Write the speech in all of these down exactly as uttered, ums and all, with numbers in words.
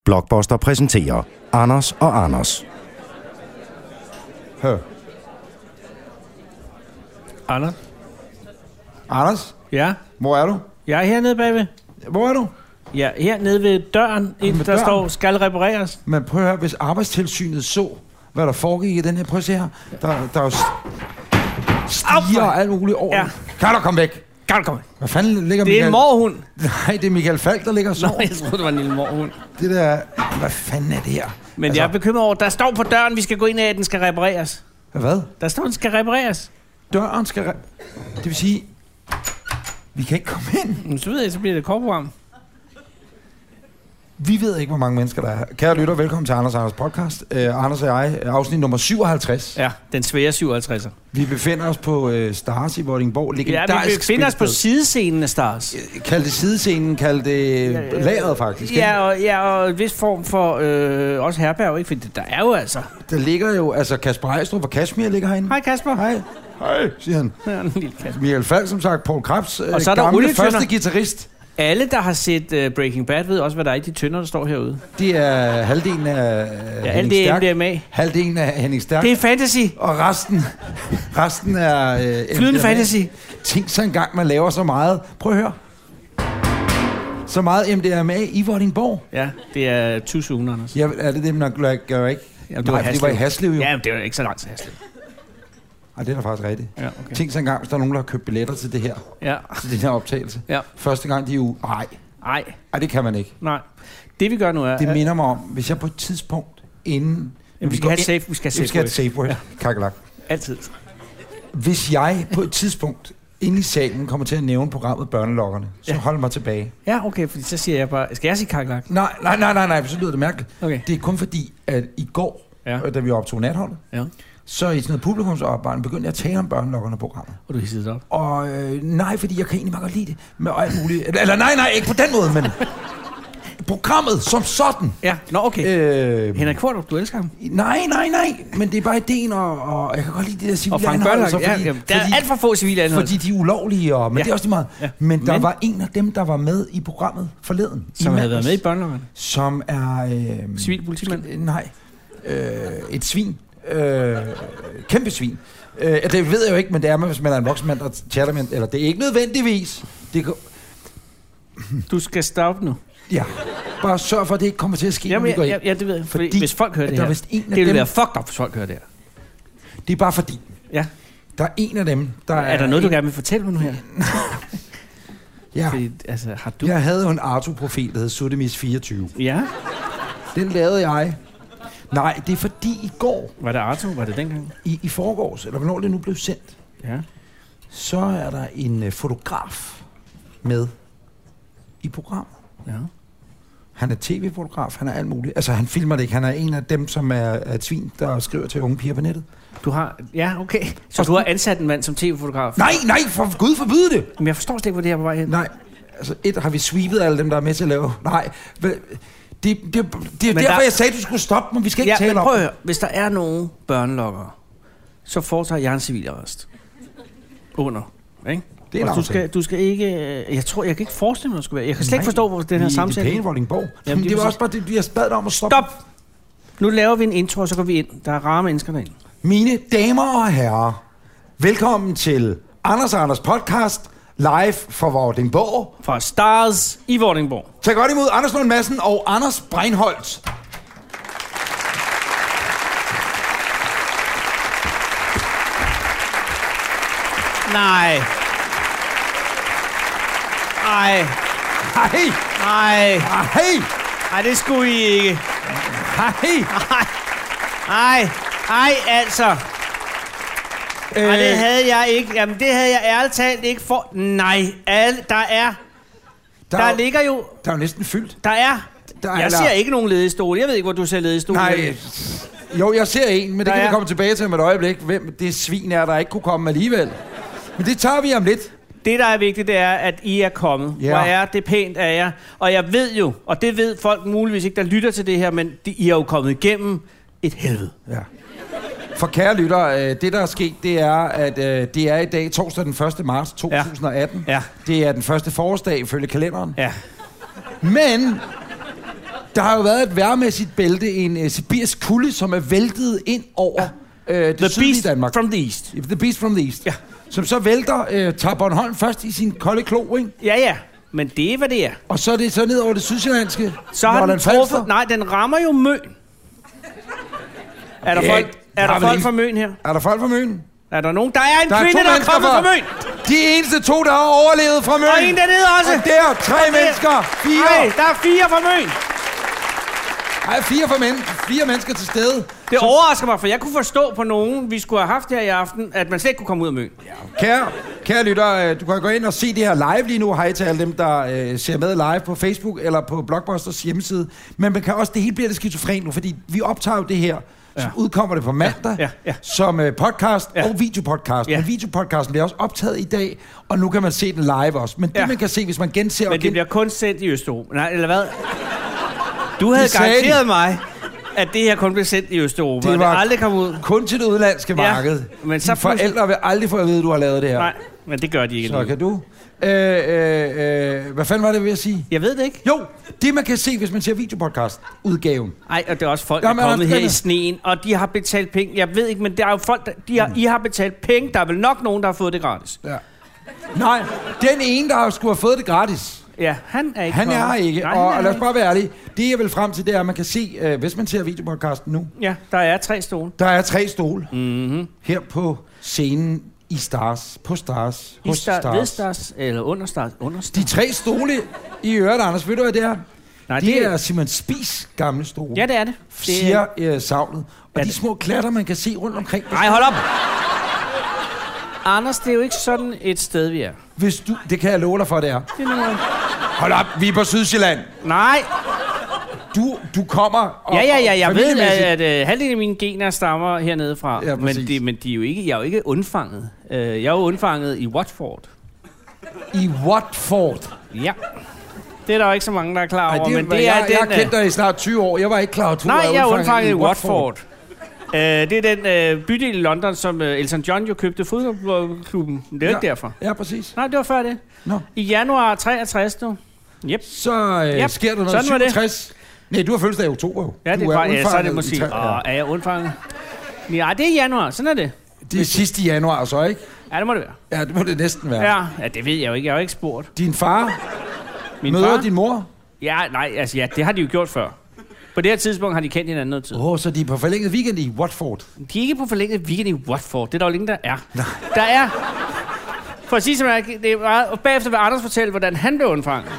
Blockbuster præsenterer Anders og Anders. Hør. Anders? Anders? Ja? Hvor er du? Jeg er hernede bagved. Hvor er du? Ja, hernede ved døren, ind, der døren? står, skal repareres. Men prøv at høre, hvis Arbejdstilsynet så, hvad der foregik i den her, prøv at se her. Der, der er jo stiger og alt muligt over. Ja. Kan du komme væk? Kan du komme? Hvad fanden ligger Det er Michael? en morhund. Nej, det er Michael Falk, der ligger og sover. Nå, jeg troede, det var en lille morhund. Det der, hvad fanden er det her? Men altså, jeg er bekymret over, der står på døren, vi skal gå ind af, at den skal repareres. Hvad? Der står, den skal repareres. Døren skal... Re- det vil sige, vi kan ikke komme ind. Men så ved jeg, så bliver det et korprogram. Vi ved ikke, hvor mange mennesker der er. Kære lytter, velkommen til Anders og Anders podcast. Uh, Anders og jeg, afsnit nummer syvoghalvtreds. Ja, den svære syvoghalvtredser. Vi befinder os på uh, Stars i Vordingborg. Ja, vi befinder os på sidescenen af Stars. Kald det sidescenen, kald det ja, lageret faktisk. Ja, og, ja, og en vis form for øh, også herberg, ikke? For der er jo altså... Der ligger jo, altså Kasper Ejstrup og Kashmir ligger herinde. Hej Kasper. Hej. Hej, siger han. Ja, en lille Kasper. Michael Falk, som sagt, Paul Krebs, og så er der gamle olietønder. første guitarist. Alle, der har set uh, Breaking Bad, ved også, hvad der er i de tønder, der står herude. Det er halvdelen af ja, Henning det er Stærk. M D M A. Halvdelen af Henning Stærk. Det er fantasy. Og resten, resten er... Øh, Flydende M D M A. fantasy. Tænk så engang, man laver så meget. Prøv at høre. Så meget M D M A i Vordingborg. Ja, det er too soon, Anders. Ja, er det det, man gør ikke? Ja, det, var Nej, det var i Haslev, jo. Ja, det var ikke så langt til Haslev. Ej, det er da faktisk rigtigt. Ja, okay. Tænk så engang, hvis der er nogen, der har købt billetter til det her. Ja. Til den her optagelse. Ja. Første gang, de er jo... Ej. Ej. Ej, det kan man ikke. Nej. Det vi gør nu er... Det minder mig om, hvis jeg på et tidspunkt inden... Jamen, vi skal have et safe, vi skal have vi skal have et safe word. Ja. Kakelak. Altid. Hvis jeg på et tidspunkt inde i salen kommer til at nævne programmet Børnelokkerne, så ja. hold mig tilbage. Ja, okay, fordi så siger jeg bare... Skal jeg sige kakelak? Nej, nej, nej, nej, nej, så lyder det mærkeligt. Okay. Det er kun fordi, at i går, ja. da vi optog natholdet, ja. så i sådan noget publikumsopvarmning begyndte jeg at tale om Børnelokkerne-programmet. Og du hissede det op? Og øh, nej, fordi jeg kan egentlig meget godt lide det. Med alt muligt. Eller, eller nej, nej, ikke på den måde, men... programmet som sådan. Ja, nå okay. Øh, Henrik Kvartrup, du elsker ham? Nej, nej, nej. Men det er bare ideen, og, og jeg kan godt lide det der civile og Frank Bøller, fordi, ja, ja, der er alt for få civile anholdelser. Fordi de er ulovlige, og, men ja. det er også lige meget. Ja. Men der men, var en af dem, der var med i programmet forleden. Som havde været med i Børnelokkerne? Som er... Øh, civil politimand? Nej. Øh, et svin. Øh, kæmpe svin. Øh, det ved jeg jo ikke, men det er man, hvis man er en voksen mand, der chatter med... Eller det er ikke nødvendigvis. Det kan, du skal stoppe nu. Ja, bare sørg for, at det ikke kommer til at ske, Jamen, når vi går ind. Ja, ja, det ved jeg. Fordi, hvis folk hører det her, det vil dem, være fucked up, hvis folk hører det her. Det er bare fordi, ja. der er en af dem, der er... Er der noget, en... du gerne vil fortælle mig nu her? ja. Fordi, altså, har du... Jeg havde jo en Arto-profil, der hed Sudemis fireogtyve. Ja. Den lavede jeg. Nej, det er fordi i går... Var det Arto? Var det dengang? I, i forgårs, eller hvornår det nu blev sendt. Ja. Så er der en uh, fotograf med i programmet. Ja. Han er tv-fotograf, han er alt muligt. Altså, han filmer det ikke. Han er en af dem, som er, er et svin, der skriver til unge piger på nettet. Du har... Ja, okay. Så og du har ansat en mand som tv-fotograf? Nej, nej, for Gud forbyde det! Men jeg forstår slet ikke, hvor det her på vej hen. Nej, altså, et, har vi sweepet alle dem, der er med til at lave... Nej, det, det, det, det er derfor, der... jeg sagde, at du skulle stoppe, men vi skal ikke ja, tale om prøv at høre. Hvis der er nogen børnelokkere, så foretager jeg en civilarrest. Under, ikke? Det er du skal, du skal ikke... Jeg tror, jeg kan ikke forestille mig, at det skulle være. Jeg kan slet ikke forstå, hvor den her samtale... Det er pæne Vordingborg. Jamen, det var også bare det, jeg bad dig om at stoppe. Stop! Nu laver vi en intro, og så går vi ind. Der er rare mennesker derinde. Mine damer og herrer, velkommen til Anders og Anders podcast, live fra Vordingborg. Fra Stars i Vordingborg. Tag godt imod Anders Lund Madsen og Anders Breinholt. Nej. Nej. Nej. Nej. Nej. Nej, det skulle I ikke. Nej. Nej. Nej. Nej, altså. Øh. Nej, det havde jeg ikke. Jamen, det havde jeg ærligt talt ikke for... Nej, alle, der er... Der, der ligger jo... Der er jo næsten fyldt. Der er... Der er jeg ser ikke nogen ledige stol. Jeg ved ikke, hvor du ser ledige stol. Nej. Jo, jeg ser en, men det der kan er. vi komme tilbage til om et øjeblik. Hvem det svin er, der ikke kunne komme alligevel. Men det tager vi om lidt. Det, der er vigtigt, det er, at I er kommet. Ja. Hvor er det pænt af jer. Og jeg ved jo, og det ved folk muligvis ikke, der lytter til det her, men de, I er jo kommet igennem et helvede. Ja. For kære lyttere, det der er sket, det er, at det er i dag torsdag den første marts to tusind og atten. Ja. Ja. Det er den første forårsdag ifølge kalenderen. Ja. Men Der har jo været et vejrmæssigt bælte, en uh, sibirisk kulde, som er væltet ind over uh, det The sydlige Beast Danmark. from the East. The Beast from the East. Ja. Som så vælter, uh, tager Bornholm først i sin kolde klo, ikke? Ja, ja. Men det er, hvad det er. Og så er det så ned over det sydsjællandske. Så har den truffet... Nej, den rammer jo Møn. Er der Ja, folk, er der folk fra Møn her? Er der folk fra Møn? Er der nogen? Der er en Der er kvinde, to der er mennesker kommet fra- fra Møn. De eneste to, der har overlevet fra Møn. Og en dernede også. Og der, tre Og der- mennesker. Fire. Nej, der er fire fra Møn. Nej, fire, for men- fire mennesker til stede. Det overrasker mig, for jeg kunne forstå på nogen, vi skulle have haft her i aften, at man slet ikke kunne komme ud af Møn. Kære, kære lytter, du kan gå ind og se det her live lige nu. Hej til alle dem, der øh, ser med live på Facebook eller på Blockbusters hjemmeside. Men man kan også, det hele bliver det skizofren nu, fordi vi optager jo det her. Så Ja. udkommer det på mandag Ja, ja. som øh, podcast Ja. og videopodcast. Ja. Men videopodcasten bliver også optaget i dag, og nu kan man se den live også. Men det, Ja. man kan se, hvis man genser... og Men det gen... bliver kun sendt i Østeuropa. Nej, eller hvad? Du havde Det sagde garanteret de. mig, at det her kun blev sendt i Østeuropa. Det Det var var- det aldrig kom ud. kun til det udlandske Ja, marked. men så Dine forældre vil aldrig få at vide, at du har lavet det her. Nej, men det gør de ikke. Så alligevel. kan du... Øh, øh, øh, hvad fanden var det, jeg ved at sige? Jeg ved det ikke. Jo, det man kan se, hvis man ser videopodcast-udgaven. Nej, og det er også folk, der Jamen, er kommet her Anders, i sneen, og de har betalt penge. Jeg ved ikke, men der er jo folk, der, de har, mm. I har betalt penge. Der er vel nok nogen, der har fået det gratis. Ja. Nej, den ene, der har skulle have fået det gratis, Ja, han er ikke han er her kommet. ikke. Nej, Og han er lad os ikke. bare være ærlige. Det jeg vil frem til, det er, at man kan se, øh, hvis man ser videopodcasten nu, Ja, der er tre stole. der er tre stole Mm-hmm. her på scenen i Stars, på Stars, I hos start, Stars. ved stars, eller under stars, under stars. De tre stole i øret, Anders, ved du, hvad det er? Nej, Det er Simon Spies gamle stole. Ja, det er det. det er... Siger øh, savnet. Og Ja, de det- små klatter, man kan se rundt omkring. Nej, hold op! Anders, det er jo ikke sådan et sted, vi er. Hvis du, det kan jeg love dig for, det er. Det er noget... Hold op, vi er på Sydsjælland. Nej! Du, du kommer... Og, Ja, ja, ja, jeg og ved, familiemæssigt- at, at, at halvdelen af mine gener stammer hernede fra. Ja, men, præcis. de, men de er jo ikke, jeg er jo ikke undfanget. Uh, jeg er jo undfanget i Watford. I Watford. Ja. Det er der jo ikke så mange, der er klar over. Ej, det, men men det er jeg, den, jeg har kendt øh, dig i snart tyve år. Jeg var ikke klar over, at du Nej, var jeg er undfanget undfanget i Watford. Uh, det er den uh, bydel i London, som uh, Elton John jo købte fodboldklubben. Det er jo Ja. ikke derfor. Ja, præcis. Nej, det var før det. Nå. I januar treogtres nu. Yep. Så øh, Yep. sker der noget Sådan var det. syvogtres. Nej, du har fødselsdag i oktober. jo. Ja, det du er, bare, ja, så er det undfanget måske. i tre- Åh, er jeg undfanget? Ja, det er januar. Sådan er det. Det er sidst i januar så, ikke? Ja, det må det være. Ja, det må det næsten være. Ja, ja det ved jeg jo ikke. Jeg har jo ikke spurgt. Din far Min møder far? din mor. Ja, nej, altså ja, det har de jo gjort før. På det her tidspunkt har de kendt hinanden noget tid. Åh, oh, så de er på forlænget weekend i Watford. De er ikke på forlænget weekend i Watford. Det er der jo ingen, der er. Nej. Der er... For at sige som jeg, det er meget, og bagefter vil Anders fortælle, hvordan han blev undfanget.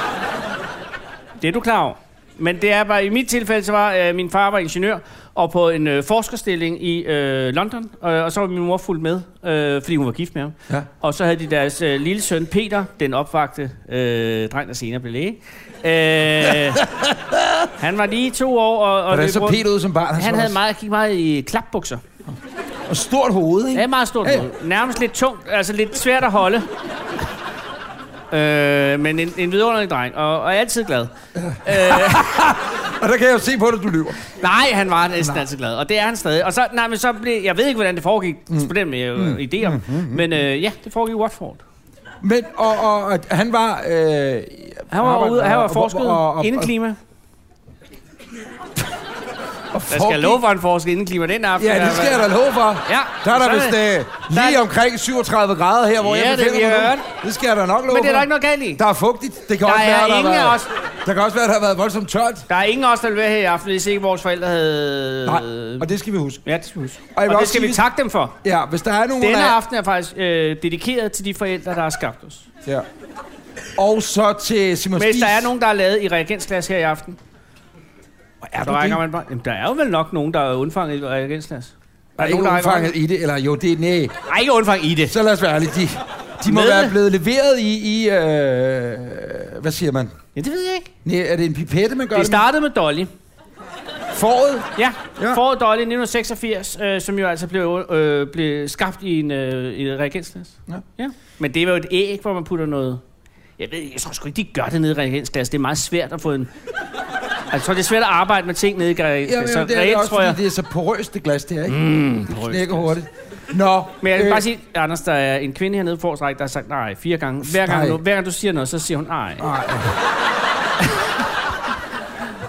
Det er du klar over. Men det er bare, i mit tilfælde, så var øh, min far var ingeniør, og på en øh, forskerstilling i øh, London, øh, og så var min mor fulgt med, øh, fordi hun var gift med ham. Ja. Og så havde de deres øh, lille søn Peter, den opvagte øh, dreng, der senere blev læge. Øh, han var lige to år, og, og Hvordan løb så rundt. Peter ud som barn? Han så havde også- meget, gik meget i klapbukser. Og stort hoved, ikke? Ja, meget stort Hey. hoved. Nærmest lidt tungt, altså lidt svært at holde. Øh, men en, en vidunderlig dreng, og, og altid glad. øh, Og der kan jeg jo se på dig, du lyver. nej, han var næsten altid glad, og det er han stadig. Og så, nej, men så blev, jeg ved ikke, hvordan det foregik, mm. på den med mm. idéer, mm, mm, mm. men øh, ja, det foregik i Watford. Men, og, og, og han var... Øh, Han var ude, han var forsket og, og, indeklima. og, Der skal jeg love for en forsket indeklima den aften. Ja, det skal jeg da love for. Ja, Der er der så vist det. øh, lige Der- omkring syvogtredive grader her, hvor Ja, jeg det befinder mig virker nu. Det skal jeg da nok love Men det er for. der ikke noget galt i. Der er fugtigt. Det kan Der også er være, der, ingen har af været, os- der kan også være, der har været voldsomt tørt. Der er ingen af os, der vil være her i aften, hvis ikke vores forældre havde... Nej, og det skal vi huske. Ja, det skal vi huske. Og jeg vil Og det også skal vi sige- takke dem for. Ja, hvis der er nogen Denne af... aften er faktisk øh, dedikeret til de forældre, der har skabt os. Ja. Og så til Simon Men hvis Spies. der er nogen, der er lavet i reagensglas her i aften, Er så du rækker det? man bare... Jamen, der er jo vel nok nogen, der er undfanget i reagensglas. Der er ikke nogen, der rækker undfanget i det, eller jo, det er næ. hånden? Ej, ikke undfanget i det. Så lad os være ærlige. De, de må Med være det? blevet leveret i, i øh, hvad siger man? Ja, det ved jeg ikke. Næ, er det en pipette, man gør Det det med? startede med Dolly. Foråret? Ja, Ja. ja. Foråret Dolly nitten seksogfirs, øh, som jo altså blev, øh, blev skabt i en øh, i et reagensglas. Ja. Ja. Men det var jo et æg, hvor man putter noget... Jeg ved jeg tror sgu ikke, de gør det nede i reagensglas. Det er meget svært at få en... Altså, jeg tror, det er svært at arbejde med ting nede i reagensglas. Jamen, Så jamen, det er det reelt, også, tror jeg... fordi det er så porøst det glas, det er, ikke? Mm, Det knækker hurtigt. Nå, Men jeg vil øh, bare sige, Anders, der er en kvinde hernede for række, der har sagt nej fire gange. Hver gang, Nej. du, hver gang du siger noget, så siger hun nej. Nej.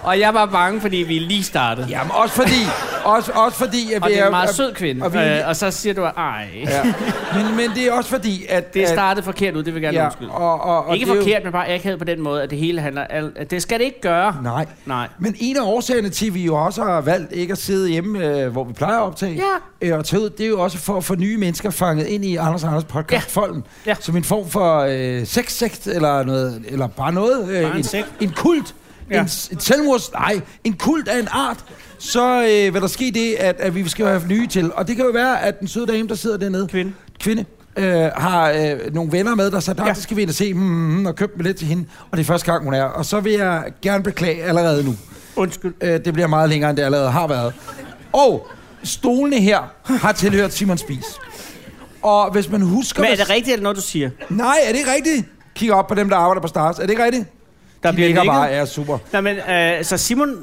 Og jeg var bange, fordi vi lige startede. Jamen, også fordi... Også, også fordi at og vi det er en er, meget sød kvinde. Og, vi, øh, og så siger du, ej. Ja. Men, men det er også fordi, at... Det startede forkert ud, det vil jeg gerne ja, undskylde. Og, og, og ikke forkert, jo... men bare akavet på den måde, at det hele handler... At det skal det ikke gøre. Nej. Nej. Men en af årsagerne til, at vi jo også har valgt ikke at sidde hjemme, øh, hvor vi plejer at optage, ja. øh, og tage ud, det er jo også for at få nye mennesker fanget ind i Anders Anders podcast-folden. Ja. Ja. Som en form for øh, sexsekt, eller noget, eller bare noget. Øh, bare en, en, en kult. Ja. En, en selvmords... Nej, en kult af en art. Så øh, vil der ske det, at, at vi skal have nye til. Og det kan jo være, at den søde dame, der sidder dernede... Kvinde. Kvinde. Øh, har øh, nogle venner med, der sagde, ja. det skal vi ind og se, hmm, og købe billet til hende. Og det er første gang, hun er. Og så vil jeg gerne beklage allerede nu. Undskyld. Øh, det bliver meget længere, end det allerede har været. Og stolene her har tilhørt Simon Spies. Og hvis man husker... Men er det rigtigt, eller noget, du siger? Nej, er det ikke rigtigt? Kig op på dem, der arbejder på Stars. Er det ikke rigtigt? Der De bliver ligger nikket. bare, ja, super. Nej, men øh, så Simon...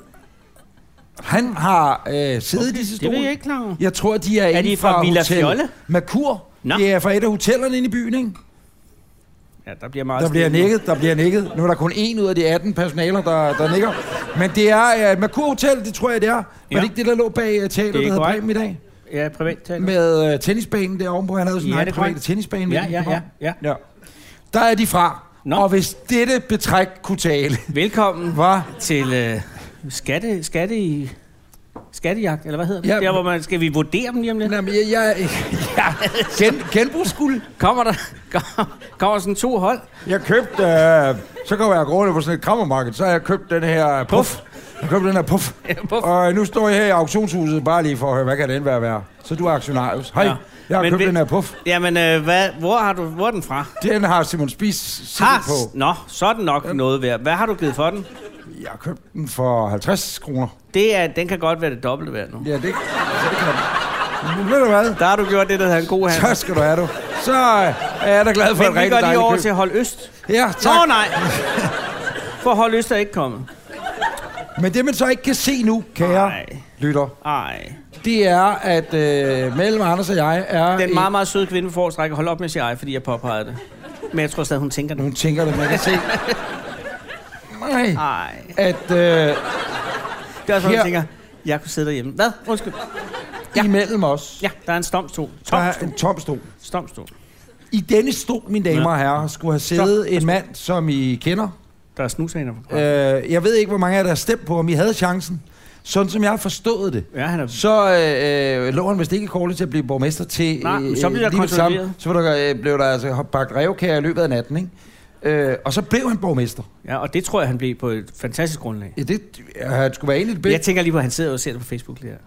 Han har øh, siddet okay, i disse stole. Det er jeg ikke klar over. Jeg tror, de er, er de fra, fra Villa Fjolle? Mercur. Nå. Det er fra et af hotellerne inde i byen, ikke? Ja, der bliver meget... Der bliver nikket, der bliver nikket. Nu er der kun en ud af de atten personaler, der, der nikker. Men det er uh, Mercur Hotel, det tror jeg, det er. Var ja. det ikke det, der lå bag uh, teateret, der hedder Bremen i dag? Ja, privat teater. Med uh, tennisbanen der ovenpå. Han havde sådan ja, en privat tennisbane. Ja, ja, ja, ja, ja. Der er de fra. Nå. Og hvis dette betræk kunne tale... Velkommen Hva? til uh, skatte, skatte i... Skattejagt, eller hvad hedder det? Ja, der, hvor man... Skal vi vurdere dem lige om lidt? Jamen, jeg... jeg ja, gen, genbrugsskuld. Kommer der... Kommer sådan to hold? Jeg købte... Øh, så går jeg grundigt på sådan et krammermarked, så har jeg købt den her puff. puff. Jeg købte den her puff. Ja, puff. Og nu står jeg her i auktionshuset, bare lige for at høre, hvad kan den være værd? Så du er aktionarius. Hej, ja. Jeg har men købt vi... den her puff. Jamen, øh, hvad, hvor, har du, hvor er den fra? Den har Simon Spies siddet på. Nå, så er den nok ja. noget værd. Hvad har du givet for den? Jeg har købt den for halvtreds kroner. Det er, den kan godt være det dobbelte værd nu. Ja, det, så det kan den. Ved du hvad? Der har du gjort det, der hedder en god handel. Så skal du have, du. Så er jeg da glad for, men at rigtig dejligt køb. Men vi går lige over til Hold Øst. Ja, tak. Nå, nej. For Hold Øst er ikke kommet. Men det, man så ikke kan se nu, kære Ej. lytter, Ej. det er, at øh, mellem Anders og jeg er... Den meget, meget søde kvinde får strække hold op med sig ej, fordi jeg påpegede det. Men jeg tror stadig, hun tænker det. Hun tænker det, man kan se. Nej. Ej. At... Øh, det er også, hvor hun tænker, jeg kunne sidde derhjemme. Hvad? Undskyld. Ja. Imellem os. Ja, der er en stomstol. Der er en tom stol. Stomstol. I denne stol, mine damer og herrer, skulle have siddet Stop. en mand, som I kender. Der er snushaner. Øh, jeg ved ikke, hvor mange af jer, der har stemt på, om I havde chancen. Sådan som jeg har forstået det, ja, han er... så øh, lå han vist ikke kortet til at blive borgmester til... Nej, øh, så blev jeg konsolideret. Så blev der, blev der altså bagt revkager i løbet af natten, ikke? Øh, og så blev han borgmester. Ja, og det tror jeg, han blev på et fantastisk grundlag. Ja, det han skulle være egentlig det. Jeg tænker lige på, at han sidder og ser det på Facebook lige her.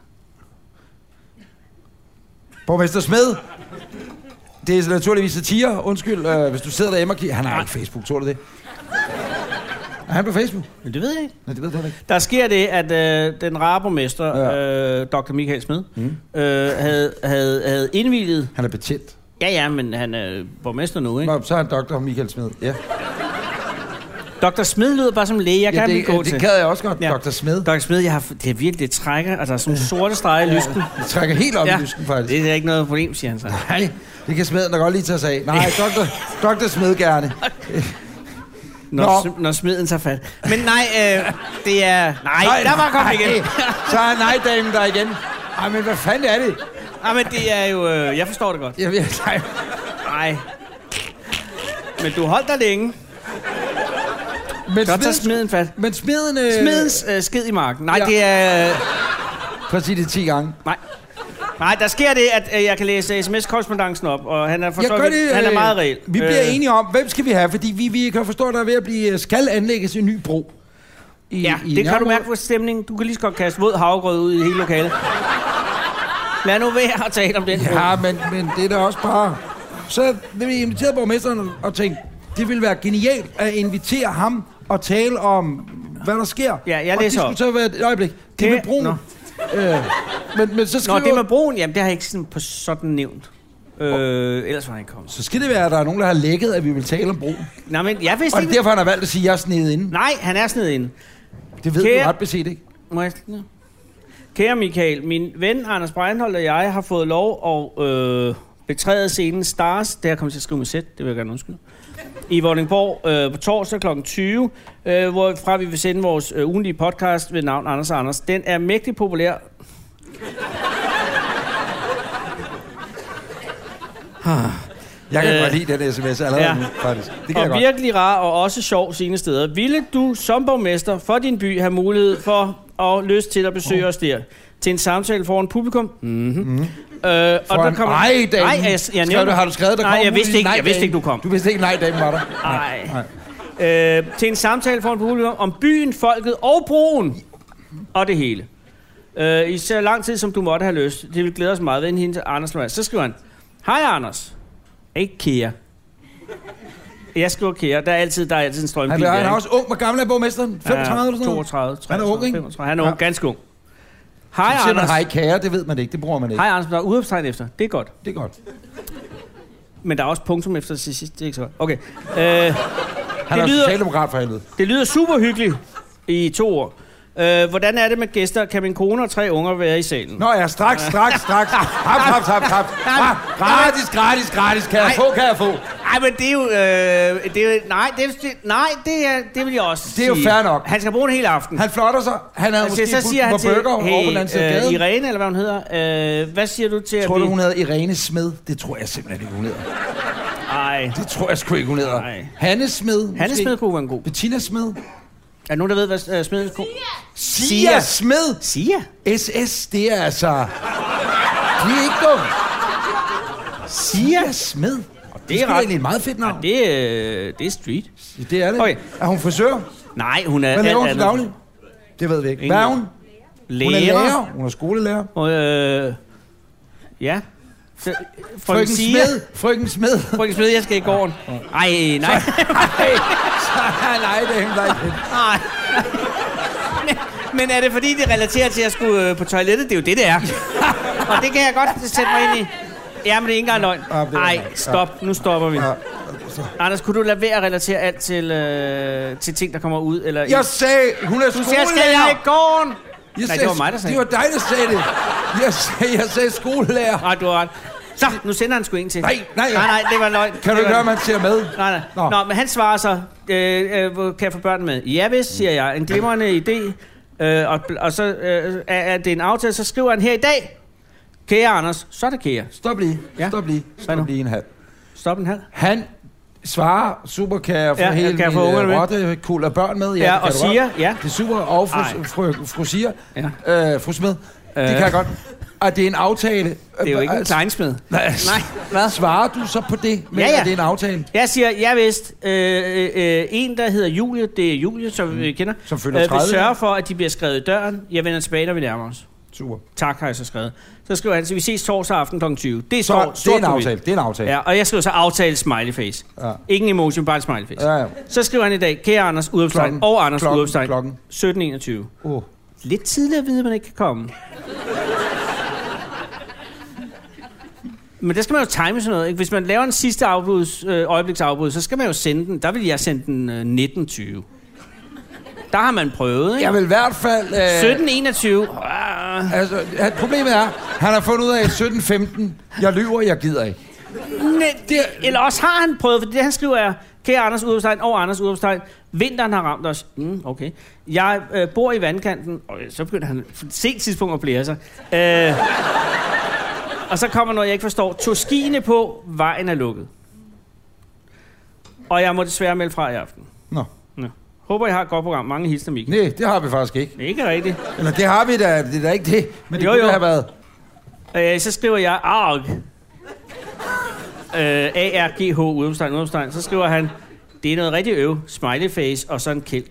Borgmester Smed. Det er naturligvis satire. Undskyld, øh, hvis du sidder derhjemme og kigger. Han har ikke Facebook, tror du det? Er han på Facebook? Men det ved jeg ikke. Nej, det ved jeg ikke. Der sker det, at øh, den rare borgmester, ja. øh, doktor Michael Smed, mm. øh, havde, havde, havde indvilget... Han er betjent. Ja, ja, men han er borgmester nu, ikke? Nå, så er han doktor Michael Smed, ja. doktor Smed lyder bare som læge, jeg ja, kan det, blive god det til. Det kan jeg også godt, ja. doktor Smed. doktor Smed, jeg har, det er virkelig, det trækker, altså sådan sorte streger i lysken. Det trækker helt op ja. i lysken, faktisk. Det er ikke noget problem, siger han så. Nej, det kan Smeden da godt lige tage sig af. Nej, doktor, doktor Smed gerne. Når, når smeden tager fat. Men nej, øh, det er... Nej, nej der var kommet igen. Så er nej-damen der igen. Ej, men hvad fanden er det? Ej, men det er jo... Øh, jeg forstår det godt. Jeg ved, nej. Nej. Men du holdt dig længe. Men så tager smeden fat. Men smeden... Øh... Smedens øh, skid i marken. Nej, ja. det er... Øh... Prøv at sige det ti gange. Nej. Nej, der sker det, at øh, jeg kan læse sms-korrespondancen op, og han er, for så, det, han er meget reel. Vi bliver øh... enige om, hvem skal vi have, fordi vi, vi kan forstå, at der er ved at blive, skal anlægges en ny bro. I, ja, i det kan du mærke på stemningen. Du kan lige så godt kaste våd havregrød ud i hele lokalet. Lad nu være at tale om den bro. Ja, men, men det er da også bare... Så vil vi invitere borgmesteren og tænke, det ville være genialt at invitere ham og tale om, hvad der sker. Ja, jeg læser op. Og det skulle så være et øjeblik. Det med broen. Øh, men, men så skriver... Nå, det med broen, jamen det har jeg ikke sådan på sådan nævnt. Øh, oh. Ellers var han ikke kommet. Så skal det være, at der er nogen, der har lækket, at vi vil tale om broen. Nej, men jeg vidste og ikke... derfor han har valgt at sige, at jeg er sned inde. Nej, han er sned inde. Det ved Kære... du ret beset, ikke? Må jeg... Ja. Kære Michael, min ven Anders Breinholt og jeg har fået lov at øh, betræde scenen Stars. Det har kommet til at skrive med sæt, det vil jeg gerne undskylde. i Vordingborg øh, på torsdag klokken tyve, øh, hvorfra vi vil sende vores øh, ugenlige podcast ved navn Anders og Anders. Den er mægtig populær. Jeg kan øh, godt lide den sms allerede ja. nu, faktisk. Det kan og jeg virkelig rar og også sjov sine steder. Ville du som borgmester for din by have mulighed for og lyst til at besøge oh. os der til en samtale foran publikum? Mm-hmm. Mm-hmm. Øh, og der kommer... Ej, damen. Nej, jeg, jeg Skrev du, har du skrevet, der nej, kom jeg vidste ikke, jeg vidste ikke, du kom. Du vidste ikke, nej, damen var der. Nej. nej. Øh, til en samtale foran publikum om byen, folket og broen. Og det hele. Øh, I så lang tid, som du måtte have lyst. Det vil glæde os meget ved en hende til Anders Lund. Så skriver han, hej Anders. Ikke Kea. Jeg skriver Kea. Der er altid, der er altid en strømbil. Han, han er også ung. Hvor gammel er borgmesteren? femogtredive eller sådan noget? toogtredive. Han er ung, ikke? femogtredive. Han er ung, ja. Ganske ung. Hej så Anders. Hej Kea, det ved man ikke. Det bruger man ikke. Hej Anders, der er udopstegn efter. Det er godt. Det er godt. Men der er også punktum efter til sidst. Det er ikke så godt. Okay. Øh, han er lyder, socialdemokrat for helvede. Det lyder super hyggeligt i to år. Øh, hvordan er det med gæster? Kan min kone og tre unger være i salen? Nå ja, straks, straks, straks. Hap, hap, hap, hap. Gratis, gratis, gratis. Kan jeg få, kan jeg få? Nej, men det er jo... Øh, det er, nej, det, det, nej det, er, det vil jeg også Det er jo fair nok. Han skal bruge en hel aften. Han flotter sig. Han havde måske så siger han til, burger hey, over på den anden side af gaden. Irene, eller hvad hun hedder. Øh, hvad siger du til... Tror du, vi... hun hedder Irene Smed? Det tror jeg simpelthen ikke, hun hedder. Nej. Det tror jeg sgu ikke, hun hedder. Hanne Smed. Hanne Smed kunne være en god. Bettina Smed. Er der nogen, der ved, hvad uh, Smed kunne? Sia Smed. Sia? S S, det er altså... De er ikke dumme. Sia Smed. Det er ret... egentlig et meget fedt navn. Ja, det, er, det er street. Det er det. Okay. Er hun frisør? Nej, hun er... Hvad laver hun til daglig? Det ved vi ikke. Hvad er hun? Lærer. Hun er lærer. Hun er skolelærer. Og, øh... Ja. Frøken Smed. Frøken Smed. Frøken Smed, jeg skal i gården. Ej, nej. Nej, nej, det er hende, der ikke. Nej. Men er det fordi, det relaterer til, at jeg skulle på toilettet? Det er jo det, det er. Og det kan jeg godt sætte mig ind i. Ja, men det er ikke engang løgn. Nej, stop. Nu stopper vi. Anders, kunne du lade være at relatere alt til, øh, til ting, der kommer ud? Eller jeg sagde, hun er skolelærer. Du siger, skal jeg i gården? Jeg Nej, sagde, det var mig, der sagde det. var dig, der sagde det. Jeg sagde, jeg sagde skolelærer. Nej, du har ret. Så, nu sender han sgu en til. Nej, nej. Nej, nej, det var løgn. Kan du ikke høre, at man ser med? Nej, nej. Nå, Nå men han svarer så, øh, øh, kan jeg få børn med? Ja, vist, siger jeg. En glimrende idé. Øh, og, og så øh, er det en aftale, så skriver han her i dag. Kære Anders, så er det kære. Stop lige. Ja. Stop lige. Stop lige en halv. Stop en halv. Han svarer, super, kan jeg få ja, hele min rotte kul af børn med? Ja, ja og siger, ja. Det er super, og fru, fru, fru, fru siger, ja. øh, fru Smed, øh. det kan jeg godt. Og det er en aftale. Det er jo ikke en tegnsmed. Nej, nej. Hvad? Svarer du så på det, med, ja, ja. at det er en aftale? Jeg siger, jeg vidst, øh, øh, en der hedder Julie, det er Julie, som mm. vi kender, som følger tredive. Øh, vil sørge for, at de bliver skrevet i døren. Jeg vender tilbage, når vi nærmer os. Super. Tak, har jeg så skrevet. Så skriver han, så vi ses torsdag aften klokken tyve. Det er, så, stort, det er en aftale. Det er en aftale. Ja, og jeg skriver så aftale smiley face. Ja. Ingen emotion, bare et smiley face. Ja, ja. Så skriver han i dag, kære Anders udopstegn og Anders udopstegn. sytten enogtyve. Uh. Lidt tidligere at vide, at man ikke kan komme. Men der skal man jo time sådan noget, ikke? Hvis man laver en sidste afbud, øh, øjebliksafbud, så skal man jo sende den. Der vil jeg sende den øh, nitten tyve. Der har man prøvet, ikke? Jeg vil i hvert fald... Øh... sytten enogtyve. Uh... Altså, problemet er, han har fundet ud af sytten femten. Jeg lyver, jeg gider ikke. Ne, det... Eller også har han prøvet, for det han skriver er, kære Anders udopstegn og Anders udopstegn, vinteren har ramt os. Mm, okay. Jeg øh, bor i vandkanten, og så begynder han sent tidspunkt at blære sig. Øh... Og så kommer noget, jeg ikke forstår. Tog skiene på, vejen er lukket. Og jeg må desværre melde fra i aften. Nå. Nå. Håber, I har et godt program. Mange hilsner, Michael. Nej, det har vi faktisk ikke. Ikke rigtigt. Eller det har vi da. Det er da ikke det. Men det jo, kunne jo. have været. Øh, så skriver jeg arg. Øh, A R G H udopstegn, udopstegn. Så skriver han, det er noget rigtig øv. Smiley face og så en kælk.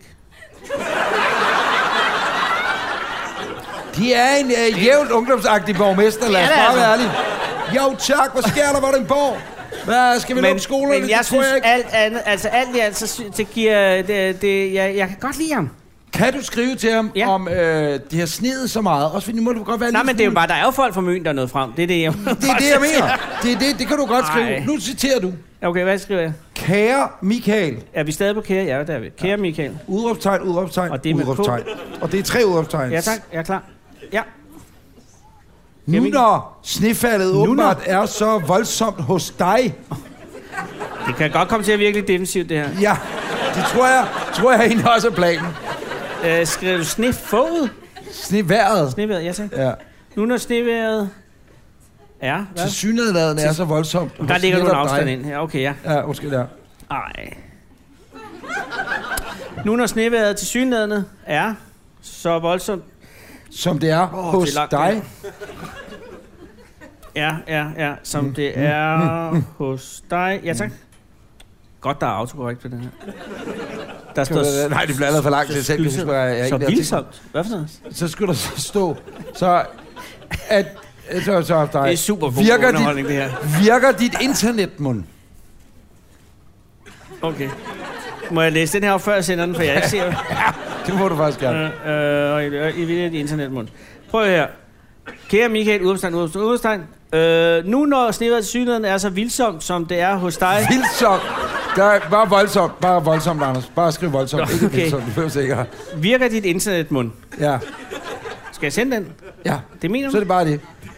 De er en øh, jævnt ungdomsagtig borgmester, lad os bare altså være ærlige. Jo tak, hvad sker der, hvor den bor? Hvad, skal vi lukke skolerne? Men jeg det synes, jeg alt andet, altså alt i alt, så det giver, det, det, jeg, jeg kan godt lide ham. Kan du skrive til ham, ja. om øh, de har snedet så meget? Også fordi nu må du godt være. Nej, men det er jo bare, der er jo folk fra Møn, der er nået frem. Det er det, jeg Det er det, jeg mener. Det er det, det kan du godt skrive. Ej. Nu citerer du. Okay, hvad skriver jeg? Kære Michael. Er vi stadig på kære? Ja, der er vi. Kære ja. Michael. Udråbstegn, udråbstegn, og det er udråbstegn. Og det er tre udråbstegn. Ja tak, jeg er klar. Ja. Nu når snefaldet åbenbart er så voldsomt hos dig, Det kan godt komme til at virke defensivt, det her. Ja, det tror jeg, tror jeg egentlig også er planen. Øh, skriver du snefået? Sneværet. Sneværet, ja tak. Ja. Nu når sneværet... Ja, hvad? Til synligheden er så voldsomt. Der ligger du en afstand ind. Ja, okay, ja. Ja, undskyld, ja. Ej. Nu når sneværet til synligheden er så voldsomt... Som det er oh, hos det er dig. Ja, ja, ja. Som mm, det er mm, mm, hos dig. Ja, tak. Mm. Godt, der er autokorrekt på den her. Der står... Nej, det bliver allerede for langt til selv. Så, så vildsomt. Hvad for noget? Så skulle der så stå... Så... At... Så, så dig. Det er super god virker underholdning, dit, det her. Virker dit internetmund? Okay. Må jeg læse den her op, før jeg sender den, for jeg ikke ser det? Ja, det må du faktisk gerne. Øh, øh, og I ved, dit internetmund. Prøv her. Kære Michael, udopstegn, udopstegn, udopstegn. Øh, nu når sneværet til synligheden er så vildsomt, som det er hos dig... Vildsomt? Der er bare voldsomt. Bare voldsomt, Anders. Bare skriv voldsomt. Nå, okay. Ikke vildsomt, det behøver sikkert. Virker dit internetmund? Ja. Skal jeg sende den? Ja. Det mener du? Så er det bare det.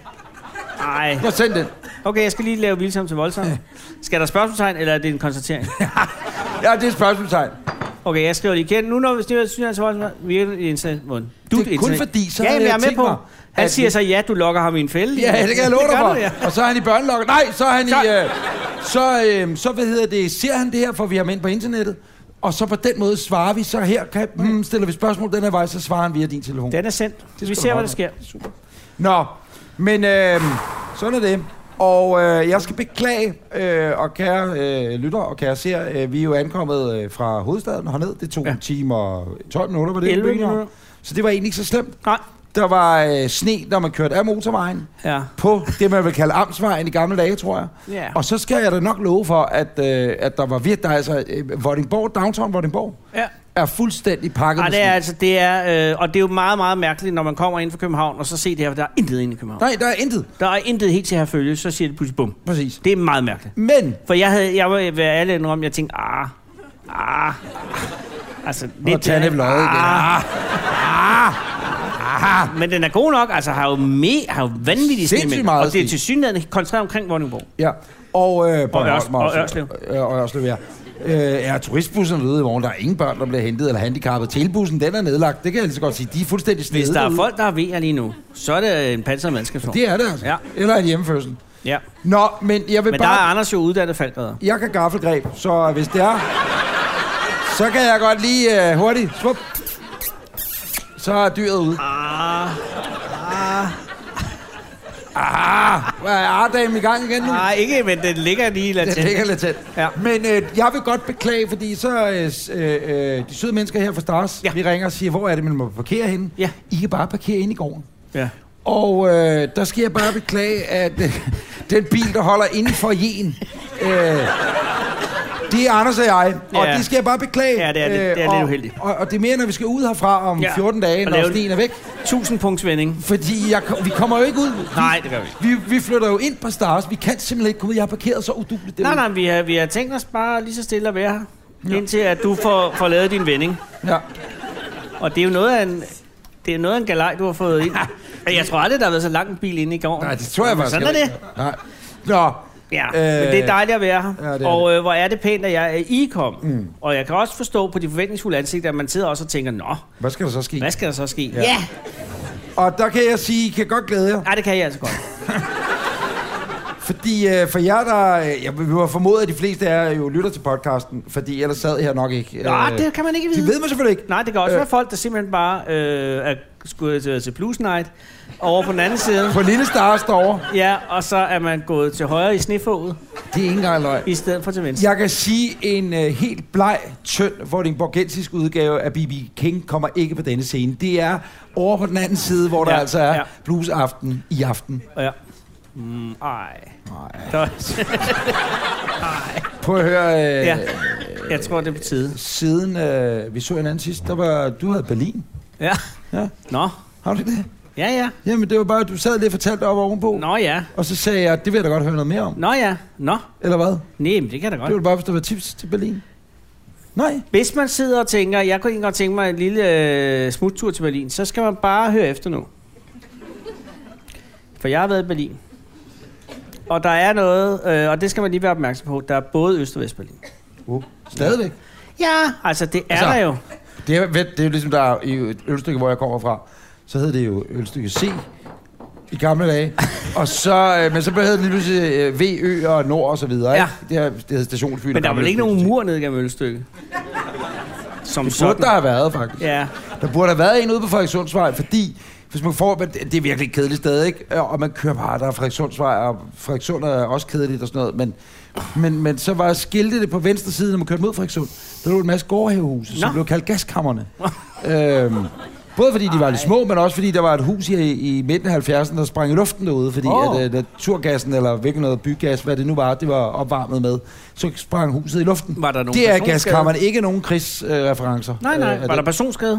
Ej. Nå, send den. Okay, jeg skal lige lave vildsomt til voldsomt. Ja. Skal der spørgsmålstegn, eller er det en konstatering? Ja, det er et spørgsmålstegn. Okay, jeg skriver lige igen. Nu når vi sneværet til synligheden er så voldsomt, virker dit internetmund. Du det er kun fordi, så ja, jeg, jeg er med på. Mig, han siger så, ja, du lokker ham i en fælde. Ja, det kan jeg love dig for. Ja. Og så er han i børnelokker. Nej, så er han så. i... Øh, så, øh, så, hvad hedder det, ser han det her, for vi har ham ind på internettet. Og så på den måde svarer vi, så her kan, hmm, stiller vi spørgsmål den her vej, så svarer han via din telefon. Den er sendt. Det vi ser, hvad der sker. Super. Nå, men øh, sådan er det. Og øh, jeg skal beklage, øh, og kære øh, lytter og kære seere, øh, vi er jo ankommet øh, fra hovedstaden herned. Det tog ja. en time og tolv minutter, var det? elleve minutter. Så det var egentlig ikke så slemt. Nej. Der var øh, sne, når man kørte af motorvejen. Ja. På det, man vil kalde Amtsvejen i gamle dage, tror jeg. Ja. Og så skal jeg da nok love for, at, øh, at der var virkelig... Der, altså, øh, Vordingborg, downtown Vordingborg, ja. er fuldstændig pakket. Nej, det er altså... Det er, øh, og det er jo meget, meget mærkeligt, når man kommer ind fra København, og så ser det her, for der er intet inde i København. Nej, der er intet. Der er intet helt til at følge, så siger det pludselig bum. Præcis. Det er meget mærkeligt. Men... For jeg havde... Jeg var ved alle ender om, jeg tænkte, ah... Ah... Altså, lidt... Og tage det løjet igen. Ah... Ah... Aha. Men den er god nok, altså har jo, me, har jo vanvittigt sne meget. Og det er til synligheden koncentreret omkring Vordingborg. Ja, og... Øh, og, Ørs, og Ørslev. Og Ørslev, ja. Øh, er turistbussen ude i morgen. Der er ingen børn, der bliver hentet eller handicappet. Telebussen, den er nedlagt. Det kan jeg lige så godt sige. De er fuldstændig snede. Hvis der er ude. folk, der er ved lige nu, så er det en pansret mandskabsvogn. Det er det altså. Ja. Eller en hjemmefødsel. Ja. Nå, men jeg vil men bare... Men der er Anders jo uddannet faldredder. Jeg kan gaffelgreb, så hvis det er... så kan jeg godt lige uh, hurtigt... Svup. Så er dyret ude. Ah, ah, ah, hvad er Ardamen i gang igen nu? Nej, ikke, men den ligger lige latent. Den ligger latent. Ja. Men øh, jeg vil godt beklage, fordi så øh, øh, de søde mennesker her fra Stars, ja. vi ringer og siger, hvor er det, man må parkere henne? Ja. I kan bare parkere inde i gården. Ja. Og øh, der skal jeg bare beklage, at øh, den bil, der holder inden for jen, øh, det er Anders og jeg, og ja. det skal jeg bare beklage. Ja, det er, lidt, det er og, lidt uheldigt. Og, og det er mere, når vi skal ud herfra om ja. fjorten dage, når sneen er væk. tusind punkts vending. Fordi jeg, vi kommer jo ikke ud. Vi, nej, det gør vi ikke. Vi, vi flytter jo ind på Stars. Vi kan simpelthen ikke komme ud. Jeg har parkeret så uduligt. Nej, nej, vi har, vi har tænkt os bare lige så stille at være her. Ja. Indtil at du får, får lavet din vending. Ja. Og det er jo noget af en, det er noget af en galej, du har fået ind. Jeg tror aldrig, der har været så lang en bil inde i gården. Nej, det tror jeg faktisk. Sådan er det. Nej. Nå. Ja, øh, men det er dejligt at være her. Ja, det og øh, hvor er det pænt, at jeg er I kom. Mm. Og jeg kan også forstå på de forventningsfulde ansigter, at man sidder også og tænker, nå, hvad skal der så ske? Hvad skal der så ske? Ja. ja. Og der kan jeg sige, I kan godt glæde jer. Nej, det kan jeg altså godt. Fordi øh, for jer, der... Jeg vil formode, at de fleste af jer jo lytter til podcasten, fordi ellers sad jeg her nok ikke. Nå, øh, det kan man ikke vide. Det ved man selvfølgelig ikke. Nej, det kan også øh, være folk, der simpelthen bare øh, er skudt til, til Blues Night over på den anden side. På Lille Stars derovre. Ja, og så er man gået til højre i snefoget. Det er ikke engang løgn. I stedet for til venstre. Jeg kan sige, en uh, helt bleg, tynd, vordingborgensisk udgave af B B King kommer ikke på denne scene. Det er over på den anden side, hvor der ja, altså er ja. bluesaften i aften. Ja. Mm, ej. Nej. Prøv at høre... Øh, ja. Jeg tror, det er på tide. Siden øh, vi så en anden sidst, der var... Du havde Berlin. Ja. Ja. Nå. Har du det? Ja, ja. Jamen, det var bare, du sad lidt og fortalte op ovenpå. Nå, ja. Og så sagde jeg, det vil jeg da godt høre noget mere om. Nå, ja. Nå. Eller hvad? Nej, men det kan da godt. Det var bare, hvis der var tips til Berlin. Nej. Hvis man sidder og tænker, jeg kunne ikke godt tænke mig en lille øh, smuttur til Berlin, så skal man bare høre efter nu. For jeg har været i Berlin. Og der er noget, øh, og det skal man lige være opmærksom på, der er både Øst- og Vestberlin. Uh, stadigvæk? Ja, altså det er altså, der jo. Det er, det er jo ligesom der i et ølstykke, hvor jeg kommer fra, så hed det jo ølstykke C i gamle dage. og så, øh, men så hed det lige pludselig øh, V, Ø og Nord og så videre. Ja. Ikke? Det, her, det hedder stationsbyen. Men der er vel ikke nogen mur ned gennem ølstykke? Som det burde der have været, faktisk. Ja. Der burde have været en ude på Frederikssundsvej, fordi hvis man får, det er virkelig et kedeligt sted, ikke? Og man kører bare, der er Frederikssundsvej, og Frederikssund er også kedeligt og sådan noget, men, men, men så var skiltet det på venstre side, når man kørte mod Frederikssund. Der lå en masse gårdhavehuse, som blev kaldt gaskammerne. øhm, både fordi de var lidt små, men også fordi der var et hus i, i midten af halvfjerdserne, der sprang i luften derude, fordi oh. at, at naturgassen, eller hvilken noget byggas, hvad det nu var, det var opvarmet med, så sprang huset i luften. Var der nogen det er gaskammerne, ikke nogen krigsreferencer. Nej, nej. Øh, var der personskade?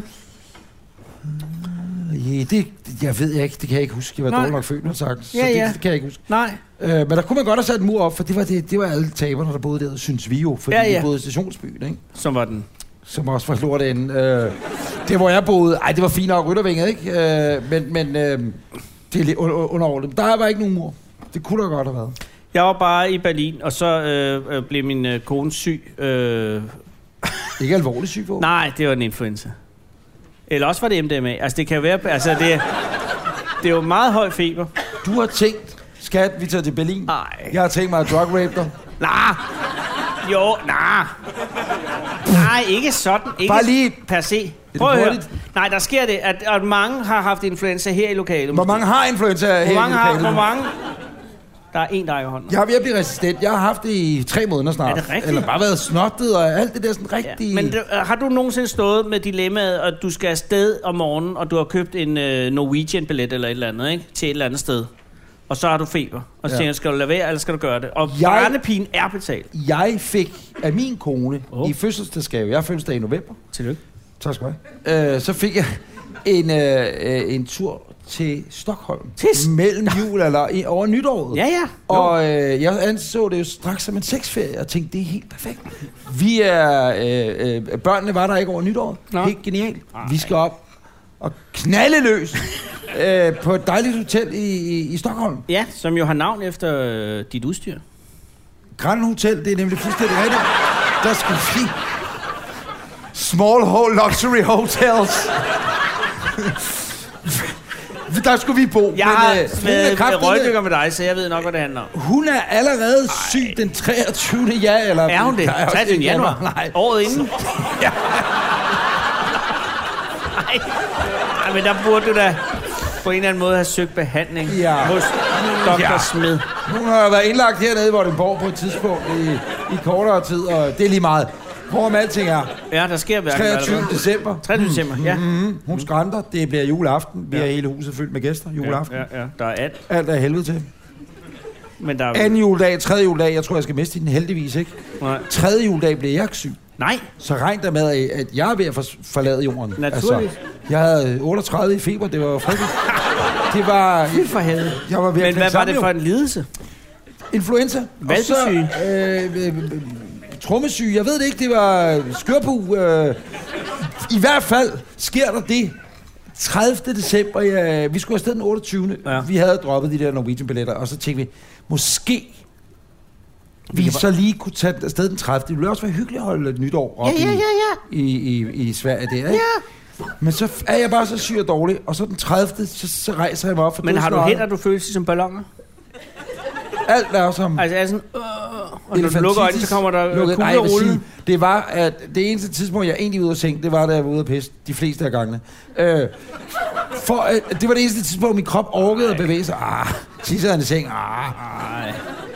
Ja, det, jeg ved jeg ikke, det kan jeg ikke huske. Jeg var dårlig nok født, sagt, så ja, ja. det, det kan jeg ikke huske. Nej. Øh, men der kunne man godt have sat en mur op, for det var, det, det var alle taberne, der boede der, synes vi jo, fordi ja, ja. de boede i stationsbyen, ikke? Som var den? Som også var lort inde. Øh, det, hvor jeg boede, ej, det var fint nok ryttervinget, ikke? Øh, men men øh, det er lidt underordnet. Der var ikke nogen mur. Det kunne der godt have været. Jeg var bare i Berlin, og så øh, blev min øh, kone syg. Øh... Ikke alvorligt syg på? Nej, det var en influenza. Eller også var det M D M A. Altså, det kan være... Altså, det, det er jo meget høj feber. Du har tænkt, skat, vi tager til Berlin. Nej. Jeg har tænkt mig at drug rape dig. Nej. Jo, nej. Nej, ikke sådan. Ikke bare lige... per se. Prøv at høre. Nej, der sker det, at, at mange har haft influenza her i lokalet. Hvor mange har influenza her i lokalet? Har, hvor mange... Der er en, der er i hånden. Jeg er ved at blive resistent. Jeg har haft det i tre måneder snart. Er det rigtigt? Eller bare været snottet og alt det der sådan rigtigt. Ja, men det, har du nogensinde stået med dilemmaet, at du skal afsted om morgenen, og du har købt en uh, Norwegian-billet eller et eller andet, ikke? Til et eller andet sted. Og så har du feber. Og så ja. tænker jeg, skal du lade være, eller skal du gøre det? Og barnepigen er betalt. Jeg fik af min kone oh. i fødselsdagsgave. Jeg har fødselsdag i november. Tillykke. Tak skal du have. Øh, så fik jeg en, øh, en tur til Stockholm. Tis. Mellem jul eller i, over nytåret. Ja, ja. Og øh, jeg anså det jo straks som en sexferie. Jeg tænkte, det er helt perfekt. Vi er... Øh, øh, børnene var der ikke over nytåret. Nå. Helt genialt. Ej. Vi skal op og knalde løs øh, på et dejligt hotel i, i, i Stockholm. Ja, som jo har navn efter øh, dit udstyr. Grand Hotel, det er nemlig fuldstændig rigtigt. Der skal vi... Small Hole Luxury Hotels. Der skulle vi bo. Jeg har med røgdykker med dig, så jeg ved nok, hvad det handler om. Hun er allerede syg den treogtyvende ja, eller... Er hun det? treogtyvende januar? Nej. Året inden? Ja. Nej. Nej, men der burde du da på en eller anden måde have søgt behandling ja. hos doktor Ja. Smed. Hun har været indlagt hernede i Vordingborg på et tidspunkt i, i kortere tid, og det er lige meget. Hvorom alting er. Ja, der sker hverken. treogtyvende december. treogtyvende december, ja. Mm-hmm. Hun skrænder. Det bliver juleaften. Vi ja. har hele huset fyldt med gæster. Juleaften. Ja, ja, ja. Der er alt. Alt er helvede til. Men der er... Anden juledag, tredje juledag. Jeg tror, jeg skal miste den heldigvis, ikke? Nej. Tredje juledag bliver jeg syg. Nej. Så regn der med, at jeg er ved at forlade jorden. Naturligt. Altså, jeg havde otteogtredive i feber. Det var frygteligt. Det var... Fy for helvede. Jeg var ved at Men hvad var det for en lidelse? Influenza. Valpesyge. Øh, øh, øh, trommesyge. Jeg ved det ikke. Det var skørpu. Øh. I hvert fald sker der det. tredivte december. Ja, vi skulle afsted den otteogtyvende Ja. Vi havde droppet de der Norwegian-billetter. Og så tænkte vi, måske... vi så lige kunne tage afsted den tredivte Det ville også være hyggeligt at holde et nytår op ja, ja, ja, ja. I, i, i Sverige der, ikke? Ja. Men så er jeg bare så syg og dårlig, og så den tredivte så, så rejser jeg mig op for Men har du hænder, du føles som balloner? Alt er som... Altså er sådan... Øh, og når du lukker øjnene, så kommer der kugler rulle. Det var, at det eneste tidspunkt, jeg egentlig var ude at seng, det var, da jeg var ude at pisse. De fleste af gangene. Øh, for, øh, det var det eneste tidspunkt, min krop orkede at bevæge sig. Ah, sidder han i seng. Ah, nej.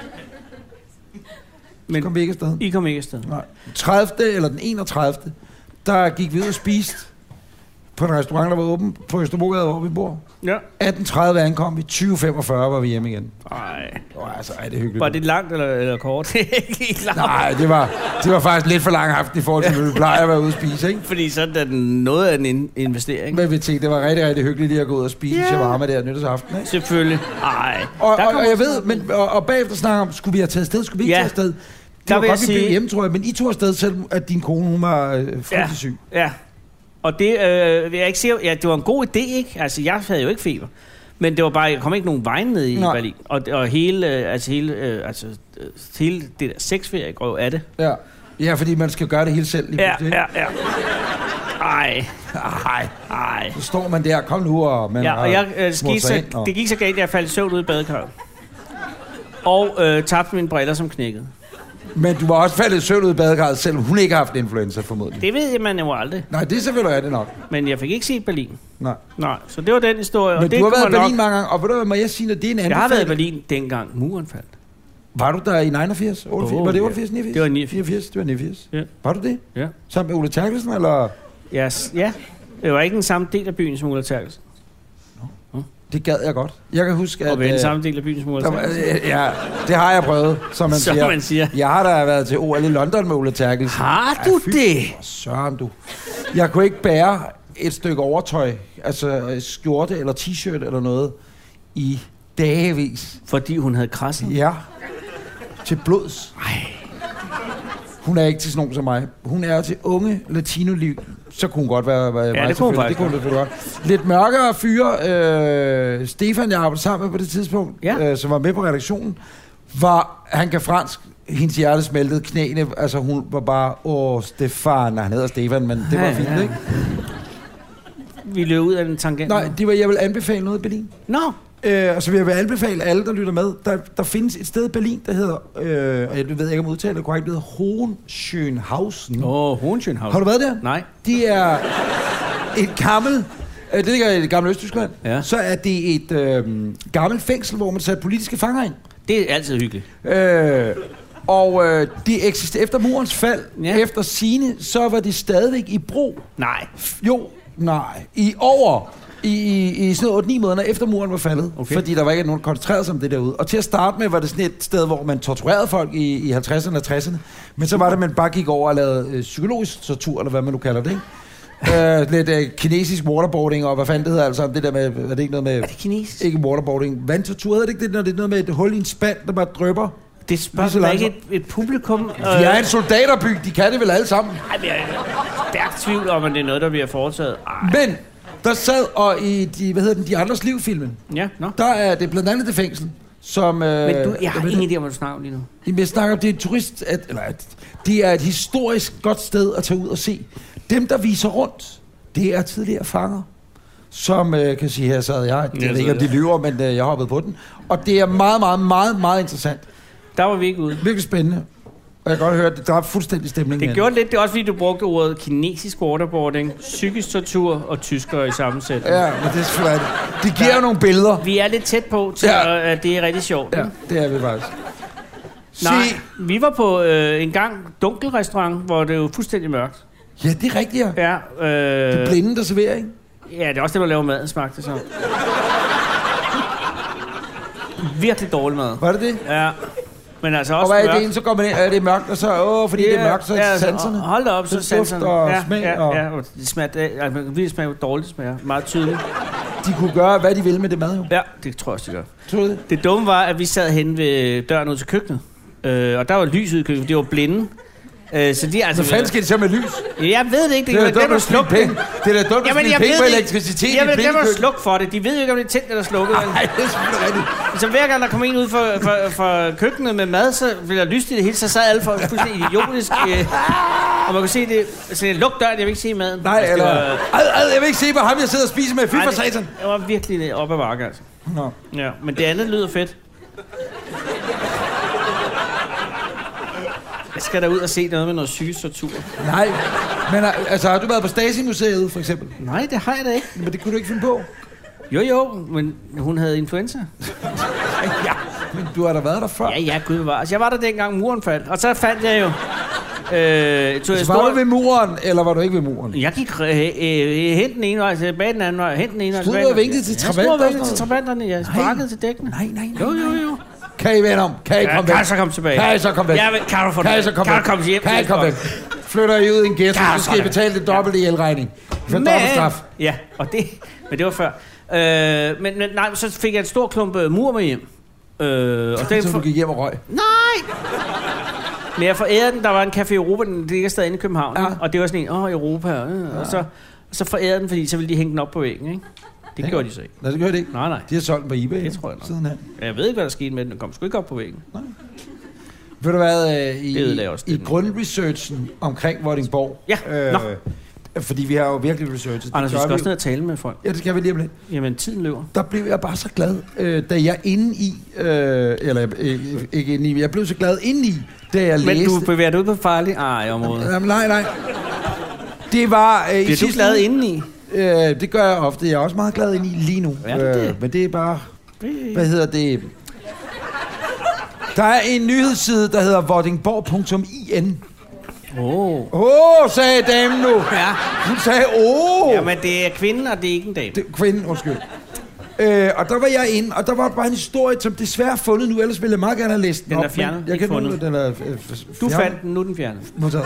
Men kom vi ikke afsted. I kom ikke afsted. Nej. tredivte eller den enogtredivte der gik vi ud og spiste på en restaurant, der var åben på Østerbrogade, hvor vi bor. Ja. atten tredive ankom vi, tyve femogfyrre var vi hjemme igen. Nej. Oh, altså, ej, det er hyggeligt. Var det langt eller, eller kort? Det er ikke helt langt. Nej, det var, det var faktisk lidt for lang aften i forhold til, hvad vi plejer at være ude at spise, ikke? Fordi så er det noget af en investering. Men vi tænkte, det var rigtig, rigtig hyggeligt lige at gå ud og spise yeah. shawarma der nytårsaften, ikke? Selvfølgelig. Ej. Og, og, og jeg ved, men, og, og bagefter snakker om, skulle vi have taget afsted, skulle vi ikke ja. tage afsted? Det der var godt, vi sige... blev hjemme, tror jeg, men I tog afsted, selvom at din kone, hun var øh, frygtelig ja. syg. Ja, og det, øh, jeg ikke siger, ja, det var en god idé, ikke? Altså, jeg havde jo ikke feber. Men det var bare, jeg kom ikke nogen vej ned i Nej. Berlin. Og, og hele, altså hele, øh, altså, øh, hele det der sexferiegrøv af det. Ja. Ja, fordi man skal gøre det hele selv. Lige Ja, ja, ja. Ej. Ej. Ej. Så står man der, kom nu, og man ja, og jeg, øh, skete så, ind, og... det gik så galt, at jeg faldt i søvn ude i badekarret. Og øh, tabte mine briller, som knækkede. Men du var også faldet i søvn ude i badekarret, selvom hun ikke har haft influenza, formodentlig. Det ved jeg, man jo aldrig. Nej, det er selvfølgelig er det nok. Men jeg fik ikke set Berlin. Nej. Nej, så det var den historie. Men og det du har været i Berlin nok... mange gange, og ved du hvad, må jeg sige, at det er en anden. Jeg har været i Berlin, dengang muren faldt. Var du der i niogfirs? otteogfirs? Oh, var det ja. otteogfirs, niogfirs? Det var niogfirs. niogfirs, det var niogfirs. Ja. Var du det? Ja. Sammen med Ulla Terkelsen, eller? Yes, ja. Det var ikke den samme del af byen som Ulla Terkelsen. Det gad jeg godt. Jeg kan huske, at... Og være den øh, samme del af byen som Ulla der var, Terkelsen. øh, ja, det har jeg prøvet, som man, Som siger. man siger. Jeg har da været til O L i London med Ulla Terkelsen. Har du fy det? for Søren, du. Jeg kunne ikke bære et stykke overtøj, altså skjorte eller t-shirt eller noget, i dagevis. Fordi hun havde krasset? Ja. Til blods. Ej. Hun er ikke til sådan nogen som mig. Hun er til unge latinoliv. Så kunne hun godt være, være ja, mig, det kunne hun det kunne hun selvfølgelig godt. Lidt mørkere fyre. Øh, Stefan, jeg arbejdede sammen med på det tidspunkt, ja. øh, som var med på redaktionen, var, han kan fransk. Hendes hjerte smeltede knæene. Altså hun var bare, åh, Stefan. Han hedder Stefan, men det var ja, fint, ja. ikke? Vi løb ud af den tangent. Nej, det var, jeg vil anbefale noget i Berlin. Nå. Øh, og så vil jeg vil anbefale alle, der lytter med. Der, der findes et sted i Berlin, der hedder, øh, og jeg ved ikke om udtale det korrekt, det hedder Hohenschönhausen. Åh, oh, Hohenschönhausen. Har du været der? Nej. Det er et gammelt, øh, det ligger i det gamle Østtyskland. Ja. Så er det et øh, gammelt fængsel, hvor man satte politiske fanger ind. Det er altid hyggeligt. Øh, og øh, det eksisterer efter murens fald, Ja. efter sine, så var det stadigvæk i brug. Nej. Jo, nej. I over i, i, i sådan otte ni måneder efter muren var faldet. Okay. Fordi der var ikke nogen, der koncentrerede sig om det derude. Og til at starte med var det sådan et sted, hvor man torturerede folk i, i halvtredserne og tresserne. Men så var det, at man bare gik over og lavede øh, psykologisk tortur, eller hvad man nu kalder det, ikke? øh, lidt øh, kinesisk waterboarding, og hvad fanden det hedder altså. Det der med, er det ikke noget med... Er det kinesisk? Ikke waterboarding. Vandtortur, hedder det ikke det, når det er noget med et hul i en spand, der bare drypper? Det spørger der ikke et, et publikum. De er en soldaterby, de kan det vel alle sammen. Ej, men jeg er stærkt tvivl om, at det er noget, der bliver foretaget. Ej. Men der sad, og i de, hvad hedder den, de andres liv-filmen, Ja, nå. der er det blandt andet det fængsel, som... Øh, Men du, jeg har ved ingen det. idé om, hvad du snakker om lige nu. Jamen, jeg snakker om, det er et turist... At, eller, at, det er et historisk godt sted at tage ud og se. Dem, der viser rundt, det er tidligere fanger, som øh, kan sige, her sad jeg. Jeg ved ikke, om de lyver, men øh, jeg har hoppet på den. Og det er meget, meget, meget, meget interessant. Der var vi ikke ude. Virkelig spændende. Og jeg kan godt høre, at der er fuldstændig stemning. Det gjorde lidt, det er også fordi, du brugte ordet kinesisk waterboarding, psykisk tortur og tyskere i sammensætning. Ja, men det er selvfølgelig... Det giver jo nogle billeder. Vi er lidt tæt på, til Ja. at det er rigtig sjovt. Ja, det er vi faktisk. Nej, Se. vi var på øh, en gang dunkelrestaurant, hvor det var fuldstændig mørkt. Ja, det er rigtigt, ja. Ja, øh, Det er blinde, der serverer, ikke? ja, det er også det, der laver maden, smagte så. Virkelig dårlig mad. Var det det? Ja, men altså Og også hvad er mørkt. det, så går man ind, er det mørkt, og så, åh, fordi Ja, det er mørkt, så er ja, det sanserne. Hold da op, så Så duft sanserne. og ja, smag ja, og- ja, og det smager, altså, man kan virkelig smage, hvor dårligt det smager. Meget tydeligt. De kunne gøre, hvad de ville med det mad, jo. Ja, det tror jeg også, de gør. Tror du det? Det dumme var, at vi sad henne ved døren ud til køkkenet. Øh, og der var lys ud i køkkenet, det var blinde. Øh, så de er altså... Hvad fanden skal det så med lys? Jeg ved det ikke, det, Det er kan da være dumt at spille penge. Det er da dumt at Jamen, spille jeg penge ved på det ikke. elektricitet Jeg i vil glemme at blindekøkken. slukke for det. De ved jo ikke, om det er tændt eller slukket. vel? Nej, det er selvfølgelig rigtigt. Så hver gang der kom en ud fra, fra, fra køkkenet med mad, så ville der lyst i det hele, så sad alle folk fuldstændig idiotisk. Øh, og man kunne se det. Så jeg luk døren, jeg vil ikke se maden. Nej, Altså, det eller... var- Ad, ad, jeg vil ikke se på ham, jeg sidder og spiser med. Fy Ej, for det- satan. Det var virkelig op ad bakke, altså. Nå. Ja, men det andet lyder fedt. Jeg skal da ud og se noget med noget psykisk tortur. Nej, men altså, har du været på Stasi-museet, for eksempel? Nej, det har jeg da ikke. Men det kunne du ikke finde på. Jo, jo, men hun havde influenza. Ja, men du har da været der før. Ja, ja, gud bevares. Jeg var der dengang muren faldt, og så fandt jeg jo... Øh, tog jeg Så var du ved muren, eller var du ikke ved muren? Jeg gik øh, øh, hen den ene vej, tilbage den anden vej, hen den ene vej. Stod tilbage du og den anden vinkede til vej. Trabant Jeg stod og og vinkede sådan til trabanterne, jeg sparkede til dækkene. Nej, nej, nej. Jo, jo, jo. Kan I vende om? Kan I Ja, komme kan væk? jeg så komme tilbage? Kan I så komme væk? Ja, men kan du få Kan I det? så komme Kan væk? du komme hjem? Kan I komme væk? Flytter I ud i en ghetto, Kan så skal du I så betale det dobbelte i elregning. For Men, dobbelt straf. ja, og det, men det var før. Øh, men, men nej, så fik jeg en stor klump øh, mur med hjem. Øh, og den Så for, du gik hjem og røg. nej! Men jeg forærede den, der var en Café Europa, den ligger stadig inde i København. Ja. Ja. Og det var sådan en, åh, Europa. Øh, ja. Og så, så forærede den, fordi så ville de hænge den op på væggen, ikke? det gjorde de så ikke. Nej, det gjorde de ikke. Nej, nej. De har solgt den på eBay. Det tror jeg nok. Siden her. Jeg ved ikke, hvad der skete med den. Den kom sgu ikke op på væggen. Nej. Ved du hvad, øh, i, i grundresearchen omkring Vordingborg... Ja, øh, nå. Fordi vi har jo virkelig researchet. Anders, vi skal også ned og tale med folk. Ja, det skal vi lige om lidt. Jamen, tiden løber. Der blev jeg bare så glad, øh, da jeg inde i... Øh, eller øh, ikke inde i, jeg blev så glad inde i, da jeg Men læste... Men du bevæger dig ud på farlig ej-området. Jamen, nej, nej. Det var... Øh, Bliver du glad inde i? Øh, det gør jeg ofte. Jeg er også meget glad inde i lige nu. Ja, det det. Øh, men det er bare... Hvad hedder det? Der er en nyhedsside, der hedder vordingborg punktum i n. Åh. Oh. Åh, oh, sagde damen nu. Ja. Hun sagde, åh. Oh. Jamen, det er kvinden, og det er ikke en dame. Det er kvinden, undskyld. Øh, og der var jeg inde, og der var bare en historie, som desværre er fundet nu, ellers ville jeg meget gerne have læst den Den op. er fjernet, Jeg ikke kan fundet. Nu, den er, øh, Du fandt den, nu er den fjernet. Modtaget.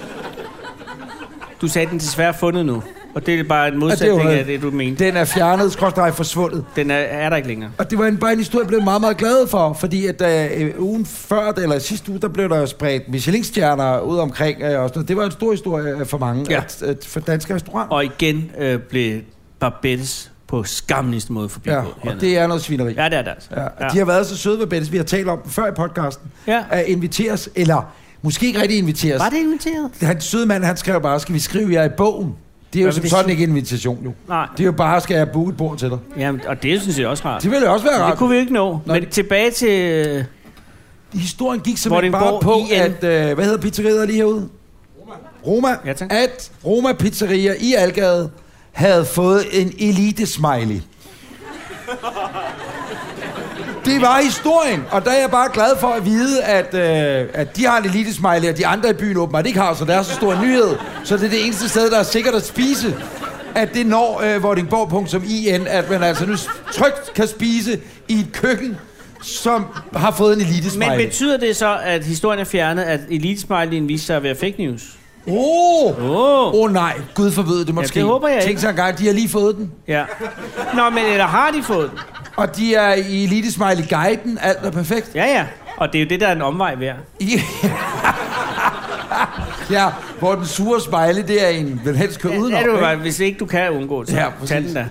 Du sagde, den desværre fundet nu. Og det er bare en modsætning det af det, du mente. Den er fjernet, skråstreg forsvundet. Den er, er der ikke længere. Og det var en, bare en historie, jeg blev meget, meget glad for, fordi at øh, ugen før, eller sidste uge, der blev der spredt Michelin-stjerner ud omkring. Øh, og det var en stor historie for mange, ja. at, at, for danske restauranter. Og igen øh, blev Barbettes på skamligste måde forbigået. Ja, og hernede. Det er noget svineri. Ja, det er det altså. Ja, ja. De har været så søde ved Barbettes, vi har talt om før i podcasten, ja. At inviteres, eller måske ikke rigtig inviteres. Var det inviteret? Han søde mand, han skrev bare, skal vi skrive jer i bogen? Det er jo som sådan sy- ikke invitation nu. Nej. Det er jo bare, skal jeg booke et bord til dig. Jamen, og det synes jeg også rart. Det ville også være rart. Det kunne vi ikke nå. Nej. Men tilbage til... Historien gik simpelthen bare på, at... Øh, hvad hedder pizzeriet lige herude? Roma. Roma. Ja, tak. At Roma Pizzeria i Algade havde fået en elite-smiley. Det var historien, og der er jeg bare glad for at vide, at, øh, at de har en elite-smiley, og de andre i byen åbenbart ikke har, så det er så stor en nyhed. Så det er det eneste sted, der er sikkert at spise, at det når øh, vordingborg punktum i n, at man altså nu trygt kan spise i et køkken, som har fået en elite-smiley. Men betyder det så, at historien er fjernet, at elite-smileyen viser sig at være fake news? Åh! Oh. Åh oh. oh, nej, Gud forbyde det måske. Ja, det håber jeg ikke. Tænk sig engang, de har lige fået den. Ja. Nå, men eller har de fået den? Og de er i Elite Smiley Guiden, alt er perfekt. Ja, ja. Og det er jo det, der er en omvej værd. Ja, hvor den sure smiley, det er en, vil helst køre udenom. Ja, det er du, hvis ikke du kan undgå det, så ja, tag den da.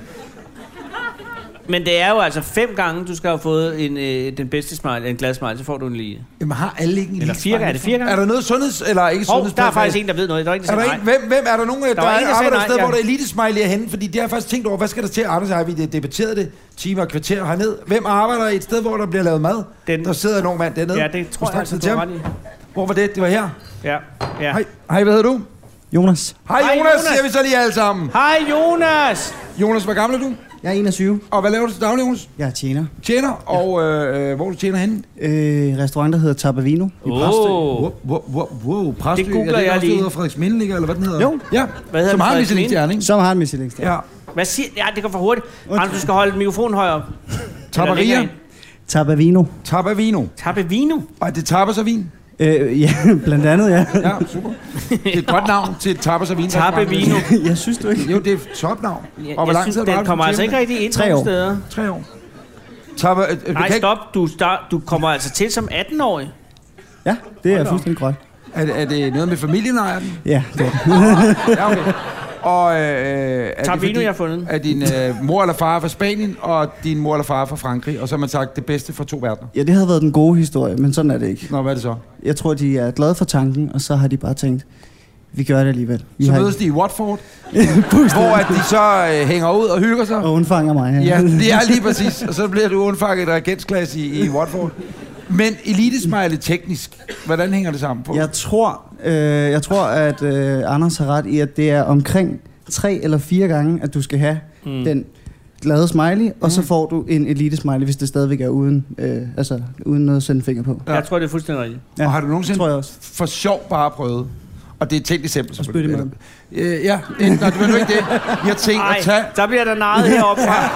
Men det er jo altså fem gange, du skal have fået en, øh, den bedste smile, en glad smile, så får du en lige. Jamen har alle ikke en eller fire, er det fire gange? Er der noget sundheds... Eller ikke oh, sundheds... der er faktisk en, der ved noget. Der er, en, der er der nej. en, hvem, hvem er der nogen, der, der, der er, der arbejder et sted, nej, hvor der er elite-smiley er henne? Fordi det har jeg faktisk tænkt over, hvad skal der til? Anders og jeg, vi debatterede det timer og kvarter hernede. Hvem arbejder et sted, hvor der bliver lavet mad? Den, der sidder en ung mand dernede. Ja, det tror jeg, altså, du har ret i. Hvor var det? Det var her? Ja. ja. Hej, hej, hvad hedder du? Jonas. Hej Jonas, Jonas, siger vi så lige alle sammen. Hej Jonas! Jonas, hvor gammel er du? Jeg er enogtyve. Og hvad laver du til daglig, Jonas? Jeg er tjener. Tjener? Og øh, hvor du tjener henne? Øh, restaurant, der hedder Tabavino. I Præstø. Wow, wow, wow, wow. Præstø. Det googler er det jeg også, lige. Det hedder Frederiksminde, eller hvad den hedder? Jo. Ja, hvad hedder som har en Michelin-stjerne, ikke? Som har en Michelin-stjerne. Ja. Hvad siger... Ja, det går for hurtigt. Anders, du skal holde mikrofonen højere op. Tabaria. Tabavino. Tabavino. Tabavino? Og er det tapas og vin? Øh, ja, blandt andet, ja. Ja, super. Det er et godt navn til tapas og vin. Tabavino. Jeg synes du ikke. Jo, det er et topnavn. Ja, og hvor lang tid synes, den kommer altså ikke rigtig ind Tre år. steder. Tre år. Taba, øh, Nej, stop. Du, start, du kommer altså til som atten-årig. Ja, det er fuldstændig korrekt. Er, er det noget med familien, ejer den? Ja, det er det. Ja, okay. Og øh, er Tabavino, det fordi, jeg har fundet. er din øh, mor eller far fra Spanien, og din mor eller far fra Frankrig, og så har man sagt det bedste fra to verdener? Ja, det havde været den gode historie, men sådan er det ikke. Nå, hvad er det så? Jeg tror, de er glade for tanken, og så har de bare tænkt, vi gør det alligevel. Vi så har mødes de i Watford, hvor at de så øh, hænger ud og hygger sig. Og undfanger mig. Ja, det er lige præcis. Og så bliver du undfanget i reagensklasse i, i Watford. Men elite-smiley teknisk, hvordan hænger det sammen på? Jeg tror, øh, jeg tror at øh, Anders har ret i, at det er omkring tre eller fire gange, at du skal have mm. den glade smiley, og mm. så får du en elite-smiley, hvis det stadigvæk er uden, øh, altså, uden noget at sende finger på. Ja. Jeg tror, det er fuldstændig rigtigt. Ja. Og har du nogensinde jeg også. for sjov bare prøvet? Og det er et tænkt eksempel. Og spytte i munden. Øh, ja, nej, det var nu ikke det. Jeg tænkte at tage... der bliver der narret heroppe fra.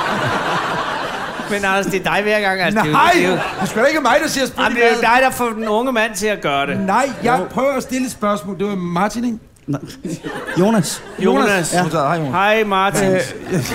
Men Anders, det er dig hver gang. Altså, nej, det er jo, det er jo... det er sgu da ikke mig, der siger spytte i det er jo dig, der får den unge mand til at gøre det. Nej, jeg prøver at stille et spørgsmål. Det var Martin, ikke? Nej. Jonas. Jonas. Ja. Hej, Jonas. Hej, Martin. Øh,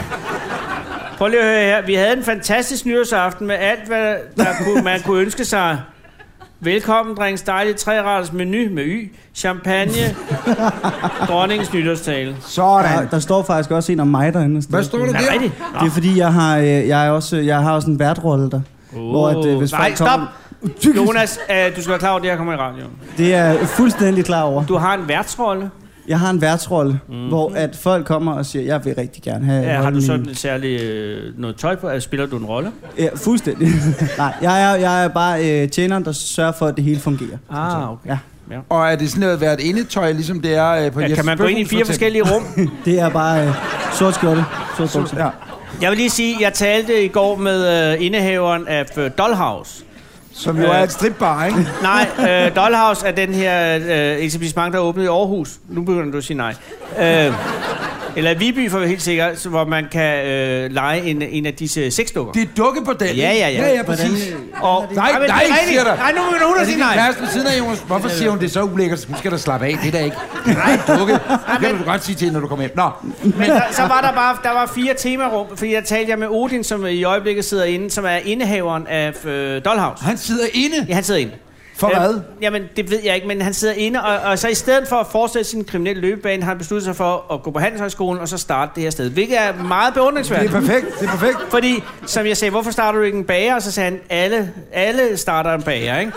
Prøv lige at høre her. Vi havde en fantastisk nytårsaften med alt, hvad der kunne, man kunne ønske sig. Velkommen, drengens dejlige tre-retters menu med y, champagne, dronningens nytårstale. Sådan. Der, der står faktisk også en om mig derinde. Hvad står der der? Er det? Det er fordi, jeg har, øh, jeg er også, jeg har også en værtrolle der. Oh. Hvor at, øh, hvis Nej, folk stop! kommer- Jonas, øh, du skal være klar over, at det her kommer i radioen. Det er jeg fuldstændig klar over. Du har en værtsrolle. Jeg har en værtsrolle, mm. hvor at folk kommer og siger, jeg vil rigtig gerne have... Ja, har holde du min- sådan et særligt øh, noget tøj på? Altså, spiller du en rolle? Ja, fuldstændig. Nej, jeg er, jeg er bare øh, tjeneren, der sørger for, at det hele fungerer. Ah, okay. Ja. Ja. Og er det sådan noget været indetøj, ligesom det er øh, på Ja, Jes kan man gå ind i Bøfhus, fire for eksempel? forskellige rum? Det er bare øh, sort skjorte, sort bukser. Ja. Jeg vil lige sige, jeg talte i går med øh, indehaveren af øh, Dollhouse. Som jo er et stripbar, ikke? Nej, øh, Dollhouse er den her øh, etablissement, der er åbnet i Aarhus. Nu begynder du at sige nej. Øh, eller Viby, for at være helt sikker, så hvor man kan øh, lege en, en af disse sexdukker. Det er dukkebordel. Ja, ja, ja. Ja, ja, præcis. Og, Nej, men det er nej, rigtigt. siger der. Nej, nu begynder hun Er at det sige din nej. kæreste ved siden af, Jonas? Hvorfor siger hun det er så ulækkert? Nu skal der slappe af. Det er da ikke. Nej, dukke. Det kan du godt sige til, når du kommer hjem. Nå. Men der, så var der bare der var fire temarum, fordi jeg talte jeg med Odin, som i øjeblikket sidder inde, som er indehaveren af øh, Dollhouse. Han sidder inde. Ja, han sidder inde. For Øh, hvad? Jamen, det ved jeg ikke, men han sidder inde, og, og så i stedet for at fortsætte sin kriminelle løbebane, har han besluttet sig for at gå på Handelshøjskolen og så starte det her sted, hvilket er meget Det beundringsværdigt. er perfekt. Det er perfekt. Fordi, som jeg sagde, hvorfor starter du ikke en bager? Og så sagde han, alle, alle starter en bager, ikke?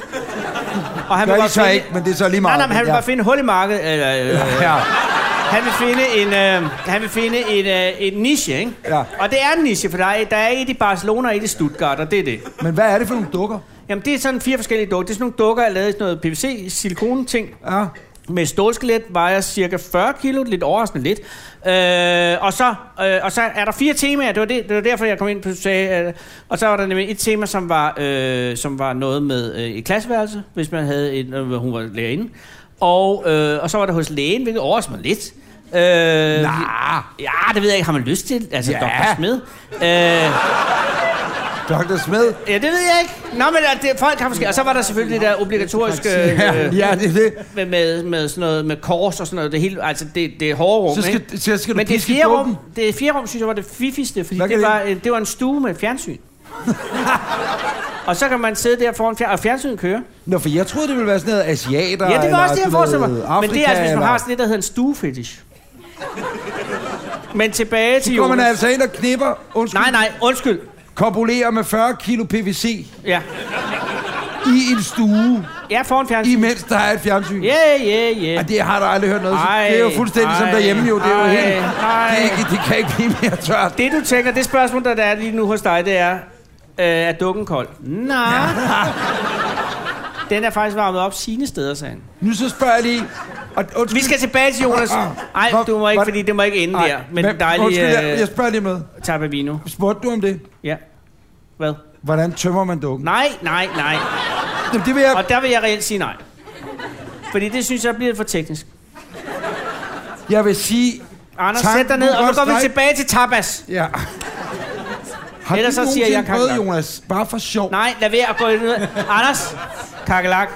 Og han Gør vil de bare så finde, ikke, men det er så lige nej, meget. nej, men han vil Ja. bare finde et hul i markedet. Eller, øh, Ja. Han vil finde en, øh, han vil finde et, øh, et niche, ikke? Ja. Og det er en niche, for der er, der er et i Barcelona og et i Stuttgart, og det er det. Men hvad er det for nogle dukker? Jamen, det er sådan fire forskellige dukker. Det er sådan nogle dukker, der er lavet i sådan noget P V C-silikone-ting. Ja. Med stålskelet, vejer cirka fyrre kilo, lidt overraskende lidt. Øh, og, så, øh, og så er der fire temaer, det var, det, det var derfor, jeg kom ind på sagde, øh, og så var der nemlig et tema, som var, øh, som var noget med øh, et klasseværelse, hvis man havde et, øh, hun var lærerinde. Og, øh, og så var der hos lægen, hvilket overraskede mig lidt. Øh, Nah. Ja, det ved jeg ikke, har man lyst til? Altså, Ja. doktor Smed. Øh, doktor Smed. ja, det ved jeg ikke. Nå, men det, folk har måske... Og så var der selvfølgelig det der obligatoriske... Øh, Ja, det er det. med, med, med sådan noget med kors og sådan noget. Det hele, altså det, det er hårde rum, Så skal, ikke? så skal du Men det piske fjerde dukken. rum, det fjerde rum, synes jeg var det fiffigste, fordi Hvad det kan var, øh, det var en stue med fjernsyn. Og så kan man sidde der foran fjern, og fjernsynet kører. Nå, for jeg troede, det ville være sådan noget asiater. Ja, det var også det, jeg eller forestiller noget mig. Men det er altså, hvis man Afrika, har sådan et, der hedder en stuefetish. Men tilbage til Så går man Jonas. altså ind og knipper, undskyld, Nej, nej, undskyld. kopulerer med fyrre kilo P V C Ja, i en stue, ja foran fjernsynet. imens der er et fjernsyn. Ja, ja, ja. Ej, det har du aldrig hørt noget. Ej, Det er jo fuldstændig som ej, derhjemme jo. Det er jo ej, helt... ej. Det, er ikke, det kan ikke blive mere tørt. Det du tænker, det spørgsmål, der er lige nu hos dig, det er, øh, er dukken kold? Nej. Den er faktisk varmet op sine steder, sagde han. Nu så spørger jeg lige... Og, undskyld, Vi skal tilbage til Jonas. Nej, Hvor- du må ikke, hvor- fordi det må ikke ende Ej, der. Men dejlig Undskyld, jeg, øh, jeg spørger lige med. Tabavino. Spurgte du om det? Ja. Hvad? Hvordan tømmer man dukken? Nej, nej, nej. Jamen, det vil jeg... Og der vil jeg reelt sige nej. Fordi det synes jeg bliver for teknisk. Jeg vil sige... Anders, Tak, sæt dig du ned, og nu kan går vi også tilbage til tapas. Ja. Har Ellers du så siger jeg nogensinde prøvet, kakelak. Jonas? Bare for sjov. Nej, lad være at gå ned. Anders, kakelak.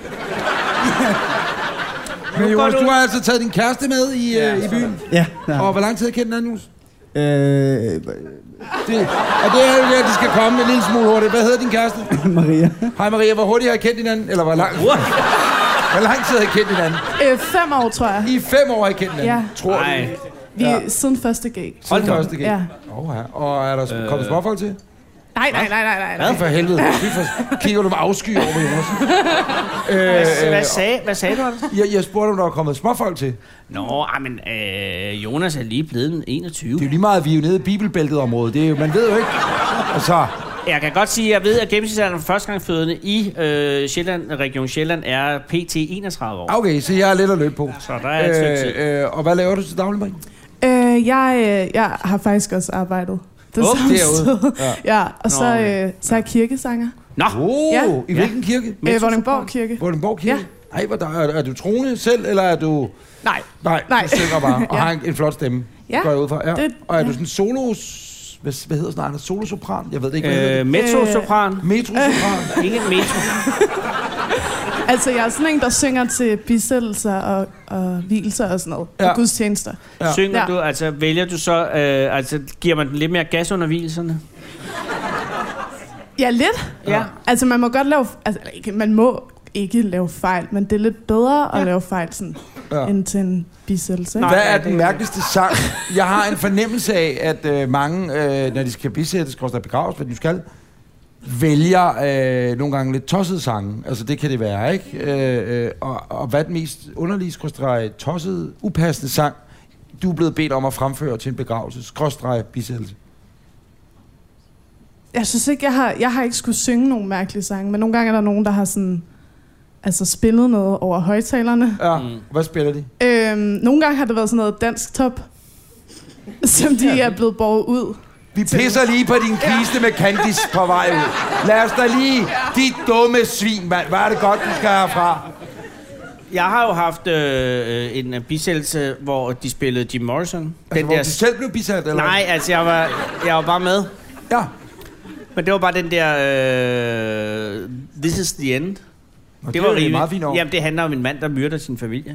Men nu går Jonas, du- du har altså taget din kæreste med i, Ja, øh, i byen. Ja, ja. Og hvor lang tid har kendt den anden, Jonas? Øh, Det, og det er jo det, at de skal komme en lille smule hurtigt. Hvad hedder din kæreste? Maria. Hej Maria, hvor hurtigt har I kendt hinanden? Eller hvor lang, hvor lang tid har I kendt hinanden? Øh, fem år, tror jeg. I fem år har I kendt hinanden, Ja. tror du? Nej. Vi Ja. siden første gig. Hold da op. første gik. Ja. Oh, ja. Og er der kommet småfolk til? Nej, nej, nej, nej, nej. nej. Ja, for helvede. Fy for, kigger du med afsky over på Jonas? øh, Hvad, hvad, øh, sagde, hvad sagde du, Anders? jeg, jeg spurgte, om der var kommet småfolk til. Nå, ej, men øh, Jonas er lige blevet enogtyve. Det er jo lige meget, vi er jo nede i bibelbæltet-området. Det er jo, man ved jo ikke. Altså, Jeg kan godt sige, at jeg ved, at gennemsnitsalderen for første gang fødende i øh, Sjælland, Region Sjælland er P T enogtredive år. okay, så jeg er lidt at løbe på. Så der er et stykke tid. øh, øh, Og hvad laver du til daglig, Marie? Øh, jeg, øh, jeg har faktisk også arbejdet det Åh, samme derude. sted. Ja. Ja, og så, Nå, øh, så er jeg kirkesanger. Nå, Oh, Ja. i hvilken kirke? Øh, Vordingborg Kirke. Vordingborg Kirke? Ej, hvor der, er, er du troende selv, eller er du... Nej. Nej, Nej. du synger bare, og Ja. har en, en flot stemme. Ja. Går jeg ud fra. Ja. Det- og er du ja. sådan solo... Hvad, hvad hedder sådan noget? Solosopran? Jeg ved det ikke, hvad hedder øh, det. mezzosopran. Metrosopran. Ikke metro. Altså, jeg er sådan en, der synger til bisættelser og, og hvilser og sådan noget. Ja. Og gudstjenester. Ja. Synger Ja. du, altså vælger du så, øh, altså giver man den lidt mere gas under hvilelserne? Ja, lidt. Ja. Altså, man må godt lave... Altså, eller ikke, man må ikke lave fejl, men det er lidt bedre Ja. at lave fejl sådan, Ja. end til en bisættelse. ikke? Hvad ja, er det den er mærkeligste sang? Jeg har en fornemmelse af, at øh, mange, øh, når de skal bisættes, skal der begraves, hvad de skal, vælger øh, nogle gange lidt tossede sange. Altså, det kan det være, ikke? Øh, øh, og, og hvad er den mest underlige, skråstreg, tossede, upassende sang, du er blevet bedt om at fremføre til en begravelse? Skråstreg, bisættelse. Jeg synes ikke, jeg har, jeg har ikke skulle synge nogle mærkelige sange, men nogle gange er der nogen, der har sådan, altså spillet noget over højtalerne. Ja, Mm. hvad spiller de? Øhm, nogle gange har det været sådan noget dansk top, som de er blevet båret ud. Vi pisser lige på din kiste med Candice på vej ud. Lad os da lige, de dumme svin, mand. Hvad er det godt, du skal herfra? Jeg har jo haft øh, en bisættelse, hvor de spillede Jim Morrison. Altså, hvor du selv blev bisat, eller? Nej, altså jeg var, jeg var bare med. Ja. Men det var bare den der øh, This is the end. Nå, Det var er rimelig. meget fint over. Jamen, det handler om en mand, der myrder sin familie.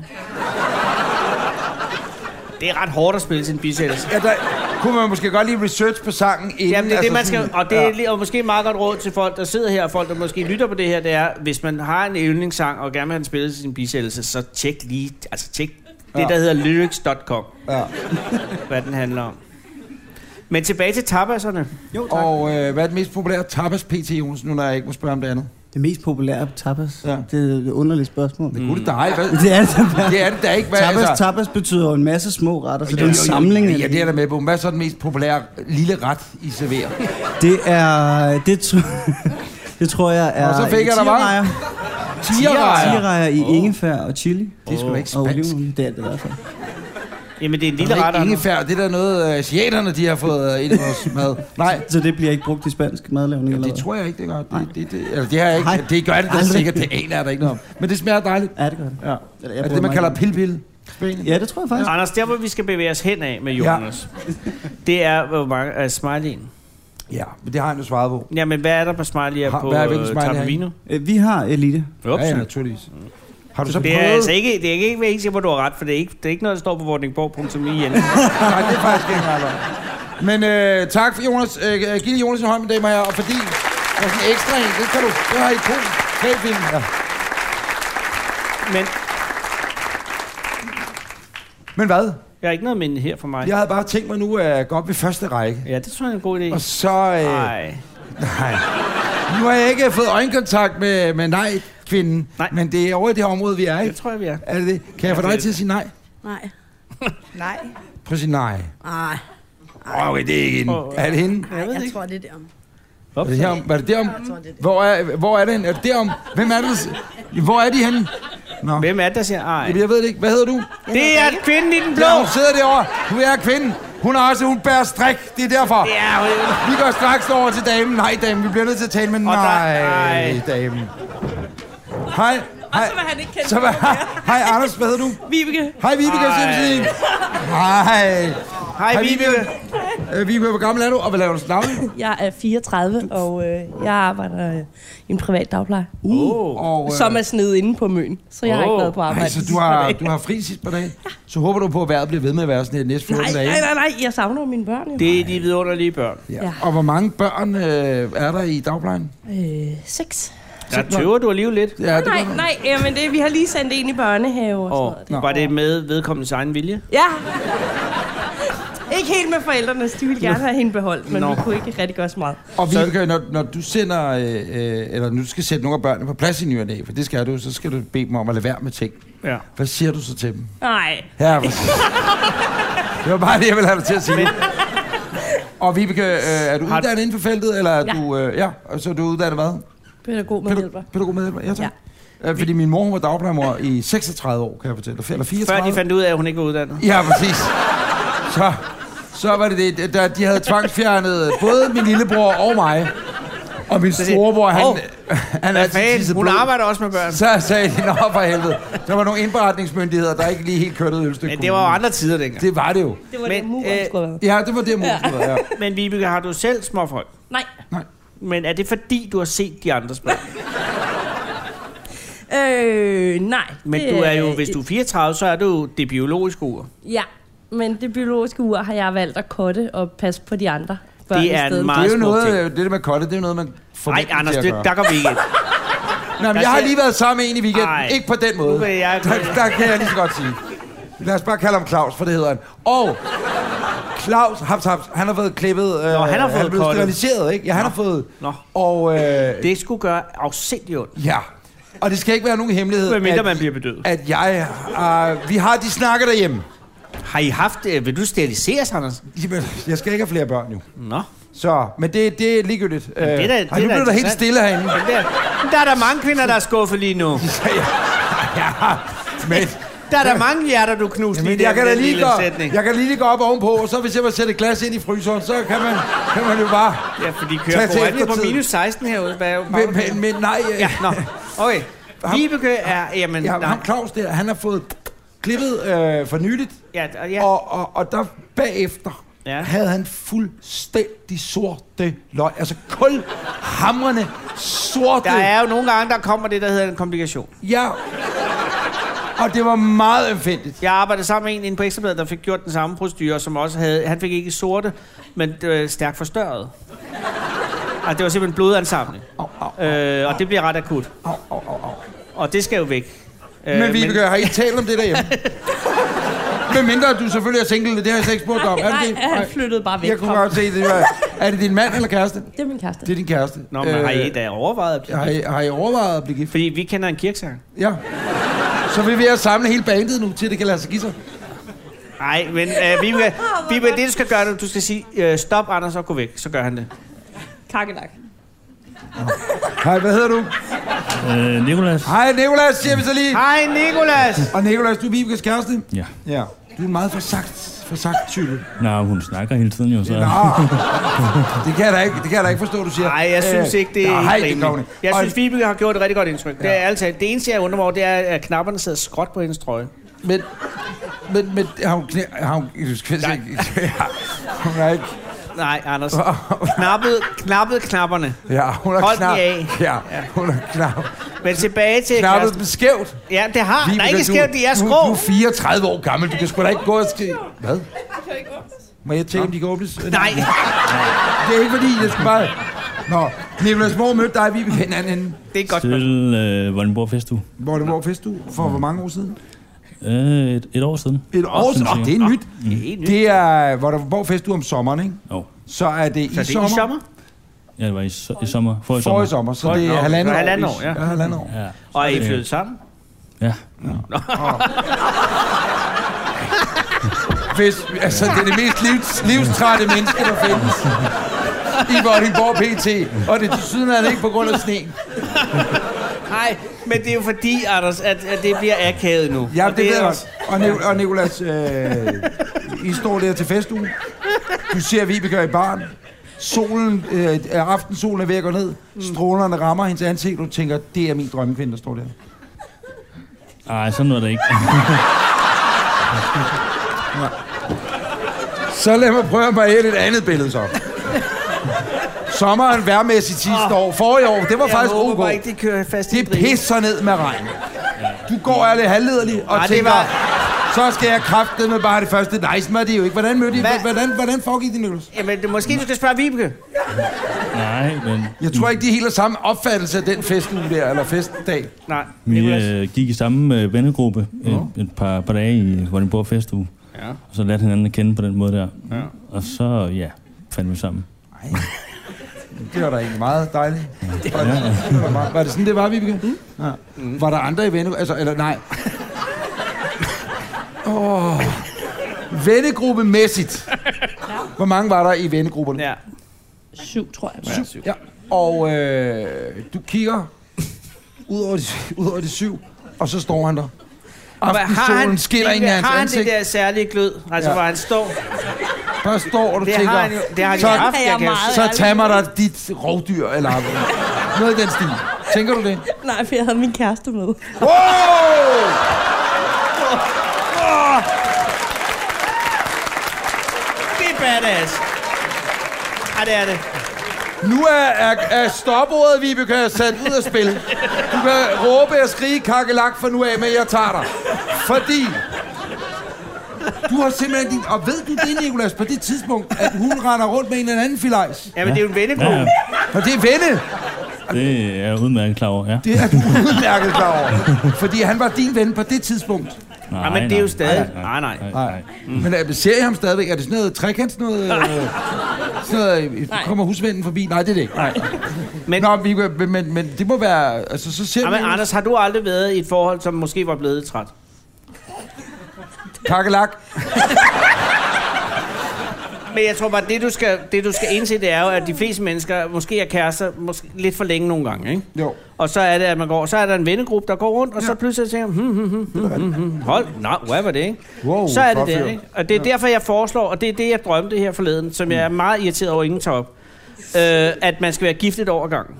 Det er ret hårdt at spille sin bisættelse. Ja, der kunne man måske godt lige research på sangen inden. Jamen, det er det, man sådan- skal... Og det er lige- og måske meget godt råd til folk, der sidder her, og folk, der måske lytter på det her, det er, hvis man har en yndlingssang, og gerne vil have den spillet til sin bisættelse, så tjek lige... Altså, tjek det, Ja. der hedder lyrics punktum com, Ja. hvad den handler om. Men tilbage til tapaserne. Jo, tak. Og øh, hvad er det mest populære tapas, P T. Jonsen, nu når jeg ikke må spørge om det andet? Det mest populære tapas. Ja. Det er et underligt spørgsmål. Det kunne det dig, hvad? Det er det, da. Det er det da ikke, hvad Tapas, altså... tapas betyder jo en masse små retter, så det er Jo, en jo, jo, samling af Ja, det er der med på. Hvad er så den mest populære lille ret, I serverer? Det er... Det, tro, det tror jeg er... Og så fik jeg der var- tigerrejer. Tigerrejer. Tigerrejer i ingefær og chili. Det er sgu da ikke Og spansk. olivenolie. Det er det i hvert fald. Jamen, det er en Det lille er ret. ikke Anders. ingefær. Det er der noget, øh, asiaterne de har fået øh, ind i vores mad. Nej, Så det bliver ikke brugt i spansk madlavning? eller det hvad? tror jeg ikke, det gør. Det, det, det, eller det har jeg ikke. Nej. Det gør det da Aldrig. sikkert. Det aner jeg da ikke noget om. Men det smager dejligt. Ja, det gør det. Ja. Eller, jeg Er det bruger det, man kalder meget- pil-pil? Ja, det tror jeg faktisk. Anders, der hvor vi skal bevæge os hen af med Jonas, det er, hvor mange er smiley'en. Ja, men det har han jo svaret på. Jamen, hvad er der på smiley'er Har- på hvad er hvilken smiley Tappe her? Vino? Øh, Vi har elite. Ups. Ja, ja, naturligvis. Har du så Det er prøvet... altså ikke, det er ikke helt sikker på, at du har ret, for det er ikke, det er ikke noget, der står på vordingborg punktum i igen. Nej, det er faktisk ikke meget løgn. Men øh, tak for Jonas. Øh, giv lige Jonas en hånd, mine damer og herrer, og fordi der er sådan en ekstra en, det kan du, det har I to film. Ja. Men Men hvad? jeg har ikke noget minde her for mig. Jeg havde bare tænkt mig nu at gå op ved første række. Ja, det tror jeg er en god idé. Og så... Øh, Nej. nej. Nu har jeg ikke fået øjenkontakt med, med nej-kvinden, Nej. men det er over i det område, vi er i. Det tror jeg, vi er. Er det det? Kan jeg få dig til at sige nej? Nej. Nej. Prøv at sige nej. Nej. Okay, det er ikke hende. Åh. Er det hende? Nej, ved jeg ikke. tror, det er derom. Er det herom? Var det derom? Jeg tror, det er det. Hvor er, hvor er det henne? Er det derom? Hvem er det? der- Hvor er de henne? Nå. Hvem er det, der siger ej? Jamen, jeg ved det ikke. Hvad hedder du? Det er kvinden i den blå! Ja, hun sidder derovre. Hun er kvinden. Hun har også, hun bærer strik. Det er derfor. Ja, øh, Vi går straks over til damen. Nej, damen. Vi bliver nødt til at tale med Og der- nej, nej. damen. Hej. Hej. så vil han ikke kende Så, mig hej, hej, Anders. Hvad hedder du? Vibeke. Hej, Vibeke. Hej. Hej. Hej. hej, Vibeke. Øh, Vibeke, hvor gammel er du, og hvad laver du til daglig? Jeg er fireogtredive, og øh, jeg arbejder øh, i en privat dagpleje, Oh. Og, øh, som er snedet inde på Møn. Så jeg har Åh. ikke været på arbejde. Ej, så du har, du har fri sidst på dagen? Så håber du på, at vejret bliver ved med at være sådan her næste nej, fjorten dage? nej, nej, nej, jeg savner jo mine børn jo. Det er de vidunderlige børn. Ja. Ja. Og hvor mange børn øh, er der i dagplejen? Øh, seks. Der tøver du alligevel lidt. Ja, det Nej, gør du. nej, jamen det, vi har lige sendt en i børnehave og Og sådan noget. var det med vedkommendes egen vilje? Ja. Ikke helt med forældrenes, de ville gerne have hende beholdt, men Nå. vi kunne ikke rigtig gøre så meget. Og Vibeke, når, når du sender, øh, øh, eller nu skal sætte nogle af børnene på plads i ny og næ, for det skal du, så skal du bede dem om at lade være med ting. Ja. Hvad siger du så til dem? Nej. Ja, præcis. Det var bare det, jeg ville have dig til at sige. Og Vibeke, øh, er du Har- uddannet inden for feltet, eller er Ja. du... Øh, ja, og så er du uddannet hvad? Pædagog med hjælper. Pædagog medhjælper? Ja, tak. Ja. Øh, fordi min mor, hun var dagplejemor i seksogtredive år, kan jeg fortælle. Eller fireogtredive. Før de fandt ud af, at hun ikke var uddannet. Ja, præcis. Så, så var det det, da de havde tvangsfjernet både min lillebror og mig. Og min storebror, han, Åh, han Hvad altid fanden? tissede Hun blod. arbejder også med børn. Så sagde de, nå for helvede. Der var nogle indberetningsmyndigheder, der ikke lige helt kørte ud i Ølstykke Men det var jo Kommune. andre tider dengang. Det var det jo. Det var Men, det, muren øh, skulle have været. Ja, det var det, mulighed, ja. Men Vibeke, har du selv småfolk? Nej. Men er det fordi, du har set de andres børn? Øh, nej. Men det du er jo, hvis du er fireogtredive, så er du jo det biologiske ur. Ja, men det biologiske ur har jeg valgt at kotte og passe på de andre børn Det er i stedet. en Det meget er jo smuk noget, ting. det der med kotte, det er jo noget, man får Nej, mændene Anders, til at det, gøre. der går vi ikke ind. Nå, men jeg har lige været sammen med en i weekenden. Ej. Ikke på den måde. Okay, jeg... der, der kan jeg lige så godt sige. Lad os bare kalde ham Claus, for det hedder han. Og Claus, haps, haps, han har fået klippet... Øh, Nå, han har fået han blevet steriliseret, ikke? Ja, han Nå. har fået... Nå. Og, øh, det skulle gøre afsindigt ondt. Ja. Og det skal ikke være nogen hemmelighed, Hvad mindre at, man bliver bedøvet. At jeg... Øh, vi har de snakker derhjemme. Har I haft... Øh, vil du steriliseres, Anders? Jamen, jeg skal ikke have flere børn, jo. Nå. Så, men det, det er ligegyldigt. Det er da, det nu bliver der helt stille herinde. Der, der er der mange kvinder, der er skuffet lige nu. ja, ja, men... Der er der mange hjerter, du knuste lige der. Jeg kan, lige gå, jeg kan lige gå op ovenpå, og så hvis jeg vil sætte et glas ind i fryseren, så kan man, kan man jo bare... Ja, for de kører på, på minus seksten herude. Bag, men, men, men nej... Ja, nå. Okay. Vibeke er... Jamen, ja, nej. ham Claus der, han har fået klippet øh, for nyligt. Ja, ja. Og, og, og der bagefter... Ja. Havde han fuldstændig sorte løg. Altså kulhamrende sorte... Der er jo nogle gange, der kommer det, der hedder en komplikation. Ja. Og det var meget ømfændigt. Jeg arbejdede sammen med en inde på Ekstrabladet, der fik gjort den samme procedure, som også havde... Han fik ikke sorte, men det var stærkt forstørret. Altså, det var simpelthen blodansamling. Au, au, au, øh, og det bliver ret akut. Au, au, au, au. Og det skal jo væk. Men øh, Vibeke, men... har I talt om det derhjemme? Men mindre, at du selvfølgelig er single, det har jeg slet ikke spurgt om. Nej, nej, han flyttede bare væk. Jeg kunne godt se det. Er det din mand eller kæreste? Det er min kæreste. Det er din kæreste. Nå, men øh, har I da overvejet at blive har I, har I overvejet at blive gift? Fordi vi kender en kirkesang. Ja. Så vil vi at samle hele bandet nu, til det kan lade sig give sig. Nej, men øh, Vibeke, Vibeke, det du skal gøre, du skal sige, øh, stop Anders og gå væk. Så gør han det. Kakkelak. Hej, hvad hedder du? Øh, Nicolas. Hej, Nicolas, siger vi så lige. Hej, Nicolas. Og Nicolas, du er Vibekes kæreste? Ja. Ja. Du er en meget forsagt, forsagt type. Nå, hun snakker hele tiden jo, så... Nå, det kan jeg da ikke, det kan jeg da ikke forstå, du siger. Nej, jeg synes ikke, det er øh, nej, rimeligt. Det jeg og... synes, Vibeke har gjort et rigtig godt indtryk. Ja. Det er altid. Det eneste, jeg undrer mig over, det er, at knapperne sidder skråt på hendes trøje. Men, men, men har hun... Knæ, har hun, du skal se, hun er ikke... Nej, Anders. Knappet, knappet knapperne. Ja, hun har Hold knap. af. Ja, hun har knap. Men tilbage til... Knappet dem skævt. Ja, det har... Vibeke, nej, ikke skævt, de er skrå. Du, du er fireogtredive år gammel, du kan sgu da ikke gå og ske... Hvad? Må jeg tjekke, om de kan åbnes? Nej. Det er ikke fordi, jeg skal bare... Nå, Nicolas, hvor mødte dig, Vibeke, hinanden? Det er godt. Til øh, Vordingborg Festuge. Vordingborg Festuge? For hvor mange år siden? Øh, et, et år siden. Et år siden? Åh, oh, det er nyt. Mm. Det er Vordingborg Festuge om sommeren, ikke? Jo. Så er det så i det sommer? i sommer? Ja, det var i, so- i sommer. For i sommer. For i sommer, så det er halvandet år. Halvandet år, ja. Ja, halvandet år. Ja. Og er I flyttet sammen? Ja. ja. Hvis, altså, det er det mest livs, livstrætte menneske, der findes. I Vordingborg P T. Og det er til sydenlandet ikke på grund af sne. Nej, men det er jo fordi, Anders, at, at det bliver akavet nu. Ja, og det, det ved jeg også. Og, Nic- og Nicolas, øh, I står der til festugen. Du ser Vibeke i baren. Solen, øh, aftensolen er ved at gå ned. Strålerne rammer hendes ansigt, og du tænker, det er min drømmekvinde, der står der. Ej, sådan noget der ikke. Ja. Så lad mig prøve at bære et andet billede så. Sommeren værmæssigt sidste år. Forrige år, det var jeg faktisk ok. ok. Ikke, de kører fast det pisser ned med regn. Du går af lidt halvlederlig og ja, tænker, var... så skal jeg kræfte med bare det første. Nej, nice, det er jo ikke. Hvordan mødte I? Hva? Hvordan, hvordan foregik det, Nicolas? Jamen, det, måske du skal spørge Vibeke. Nej, men... Jeg tror ikke, de helt har samme opfattelse af den festuge der, eller festdag. Nej, vi øh, gik i samme øh, vennegruppe øh, ja. et par, par dage i Vordingborg Festuge. Ja. Og så lærte hinanden at kende på den måde der. Ja. Og så, ja, fandt vi sammen. Ej. Det var da egentlig meget dejligt. Var det, det var, meget, var det sådan, det var, Vibeke? Mm. Ja. Mm. Var der andre i vennegruppen? Altså, eller nej. Åh. Oh. Vennegruppemæssigt. Hvor mange var der i vennegrupperne? Ja. Syv, tror jeg. Syv. Syv. Ja. Og øh, du kigger ud over, de, ud over de syv, og så står han der. Aftensolen skiller ind i hans ansigt. Har han det der særlige glød? Altså, ja. Hvor han står... Bare står, og du det tænker... Har han jo, det har han så, jo haft, jeg kan, så tager man dig dit rovdyr, eller noget i den stil. Tænker du det? Nej, for jeg havde min kæreste med. Wow! Det er badass. Ja, det er det. Nu er, er, er stopordet, Vibeke, sat ud af spil. Du kan råbe og skrige kakkelak for nu af, men jeg tager dig. Fordi... Du har simpelthen din... Og ved du det, Nicolas, på det tidspunkt, at hun render rundt med en eller anden filajs? Ja, men det er jo en vennegruppe. Ja. Og det er venne. Det er jeg udmærket klar over, ja. Det er du udmærket klar over. Fordi han var din ven på det tidspunkt. Nej, ja, men det er jo stadig... Nej, nej. nej. Nej. Mm. Men uh, ser I ham stadigvæk? Er det sådan noget trekant, sådan noget... Uh, sådan noget uh, kommer husvennen forbi? Nej, det er det ikke. Nej. Men, Nå, vi, men, men, men det må være... Altså, så ser ja, men Anders, har du aldrig været i et forhold, som måske var blevet træt? Kakkelak. Men jeg tror bare, det du skal, det du skal indse, det er jo, at de fleste mennesker måske er kærester måske lidt for længe nogle gange, ikke? Jo. Og så er det, at man går, så er der en vennegruppe, der går rundt, og ja. så pludselig tænker hmm, hmm, hmm, hmm, hmm, hold, nej, hvad var det, ikke? Wow, så er det der, ikke? Og det er derfor, jeg foreslår, og det er det, jeg drømte her forleden, som jeg er meget irriteret over ingen top, øh, at man skal være giftet over gangen.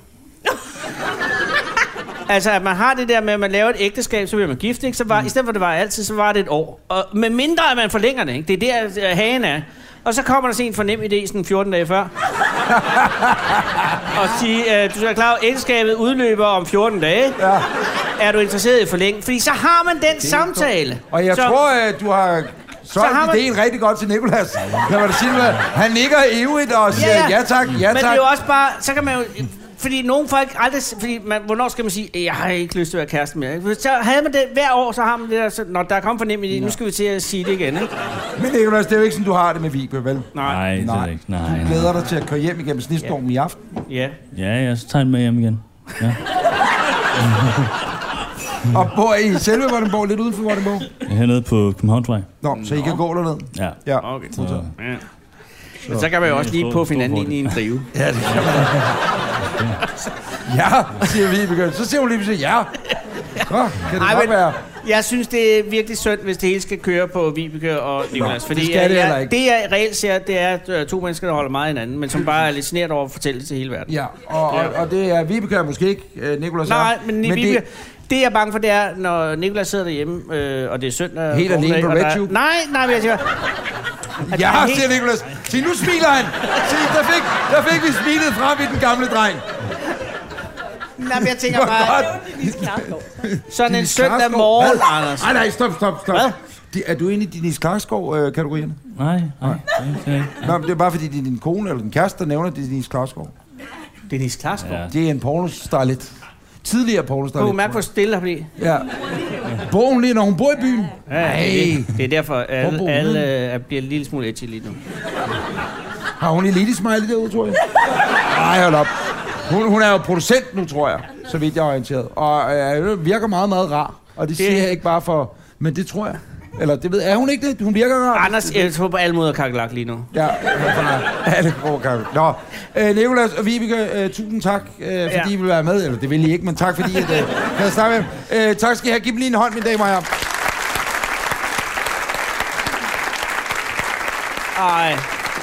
Altså, at man har det der med, at man laver et ægteskab, så bliver man gift, ikke? Så var, i stedet for det var altid, så var det et år. Og med mindre, at man forlænger det, ikke? Det er der, hagen er. Og så kommer der sådan en fornem idé, sådan fjorten dage før. og sige, øh, du skal være klar, at ægteskabet udløber om fjorten dage. Ja. Er du interesseret i forlænge? Fordi så har man den samtale. Og jeg så, tror, at du har solgt idéen man... rigtig godt til Nicolas. Kan man sige, han nikker ivrigt og siger, ja, ja. ja tak, ja tak. Men det er jo også bare, så kan man jo... Fordi nogle folk aldrig... Fordi man, hvornår skal man sige, jeg har ikke lyst til at være kæreste mere? Så havde man det hver år, så har man det der... Så, når der er kommet fornemt i det, nu skal vi til at sige det igen, ikke? Men Nicolas, det er jo ikke sådan, du har det med Vibe, vel? Nej, det er ikke. Nej, du glæder dig til at køre hjem igennem snestormen ja. i aften? Ja. Ja, jeg så tager den med hjem igen. Ja. Og bor I selve Vordingborg, lidt uden for Vordingborg? Jeg er hernede på Københavnsvej. Nå, så I kan gå derned? Ja. Ja. Okay. Så, ja. Men så kan man jo også lige på hinanden ind i en drive. Ja, det kan man. Ja, siger Vibeke. Så siger hun lige pludselig, ja. Så kan det Ej, godt være. Jeg synes, det er virkelig synd, hvis det hele skal køre på Vibeke og Nicolas. Nå, fordi det skal det heller ikke. Det, jeg reelt ser, det er to mennesker, der holder meget hinanden, men som bare er lidt snert over at fortælle det til hele verden. Ja, og, og, og det er Vibeke måske ikke, Nicolas. Nej, men, men Vibeke... Det... Det jeg er bange for, det er, når Nicolas sidder derhjemme, øh, og det er søndag... Helt alene på RedTube? Nej, nej, men jeg siger... Ja, helt... siger Nicolas. Se, nu smiler han. Se, der fik, der fik vi smilet frem i den gamle dreng. Nej, men jeg tænker bare... Sådan en søndag morgen, Anders. Nej, nej, stop, stop, stop. Hvad? Er du inde i Denise Klarskov-kategorierne? Nej, nej. nej. Nå, det er bare fordi, det er din kone eller din kæreste, der nævner Denise Klarskov. Denise Klarskov? Ja. Det er en pornostarlet. Tidligere pornostar. Kunne du mærke, hvor stille har det? Ja. Bor hun lige, når hun bor i byen? Ja, det, det er derfor, at alle, alle uh, bliver en lille smule edgy lige nu. Har hun en lille smiley derude, tror jeg? Nej, hold op. Hun, hun er jo producent nu, tror jeg, så vidt jeg er orienteret. Og øh, virker meget, meget rar. Og det, det siger jeg ikke bare for... Men det tror jeg. Eller det ved er hun ikke det? Hun virker rar. Anders, jeg tror på alle måder kakkelak lige nu. Ja, alle går kakkelak. Nå, øh, Nicolas og Vibeke, øh, tusind tak, øh, fordi ja. I vil være med. Eller det vil I ikke, men tak fordi I øh, kan snakke med. Øh, tak skal I have. Giv dem lige en hånd, mine damer og herrer. Ej.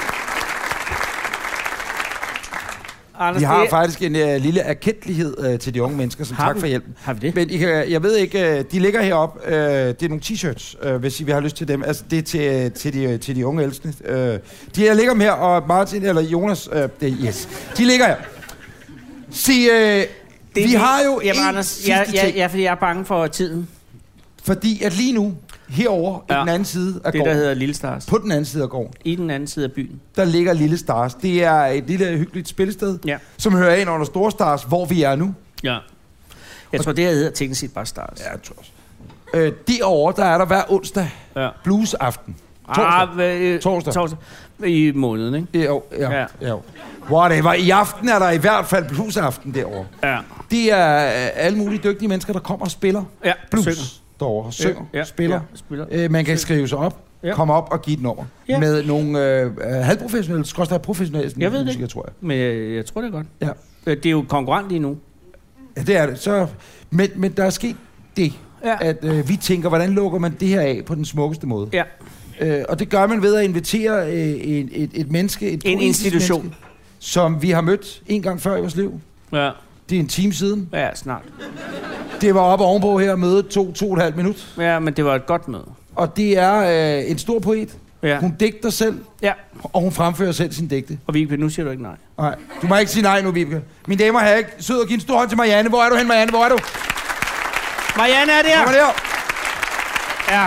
Anders, vi har det... faktisk en uh, lille erkendelighed uh, til de unge mennesker, som har tak vi? for hjælpen. Har vi det? Men I kan, jeg ved ikke, uh, de ligger heroppe. Uh, det er nogle t-shirts, uh, hvis I vil have lyst til dem. Altså, det er til, uh, til, de, til de unge elskende. Uh, de her ligger her, og Martin eller Jonas, uh, det, yes, de ligger her. Se, uh, det, vi har jo jamen, Anders, ja, ja, ja, fordi jeg er bange for tiden. Fordi at lige nu, herovre ja. i den anden side af det, gården. Der hedder Lille Stars. På den anden side af gården. I den anden side af byen. Der ligger Lille Stars. Det er et lille hyggeligt spillested, ja. som hører ind under Store Stars, hvor vi er nu. Ja. Jeg tror, det her hedder teknisk set bare Stars. Ja, jeg tror også. Øh, derovre, der er der hver onsdag ja. bluesaften. Torsdag. Ah, øh, torsdag. Torsdag. I måneden, ikke? Jo, ja. ja. ja. Whatever. I aften er der i hvert fald bluesaften derovre. Ja. Det er alle mulige dygtige mennesker, der kommer og spiller ja. blues. Synger. Derovre, synger, ja, spiller. Ja, spiller. Øh, man kan skrive sig op, ja. komme op og give et nummer. Ja. Med nogle øh, halvprofessionelle, skorstræk professionelle jeg ved musikere, det. tror jeg. Men jeg, jeg tror det er godt. Ja. Det er jo konkurrent lige nu. Ja, det er det. Så, men, men der er sket det, ja. at øh, vi tænker, hvordan lukker man det her af på den smukkeste måde? Ja. Øh, og det gør man ved at invitere øh, et, et, et menneske, et en institution, menneske, som vi har mødt en gang før i vores liv. Ja. Det er en time siden. Ja, snart. Det var oppe ovenpå her, mødet to, to og et halvt minut. Ja, men det var et godt møde. Og det er øh, en stor poet. Ja. Hun digter selv, ja. og hun fremfører selv sin digte. Og Vibeke, nu siger du ikke nej. Nej, du må ikke sige nej nu, Vibeke. Mine damer og herrer, sød og giv en stor hånd til Marianne. Hvor er du hen, Marianne? Hvor er du? Marianne er der. Kom der. Ja.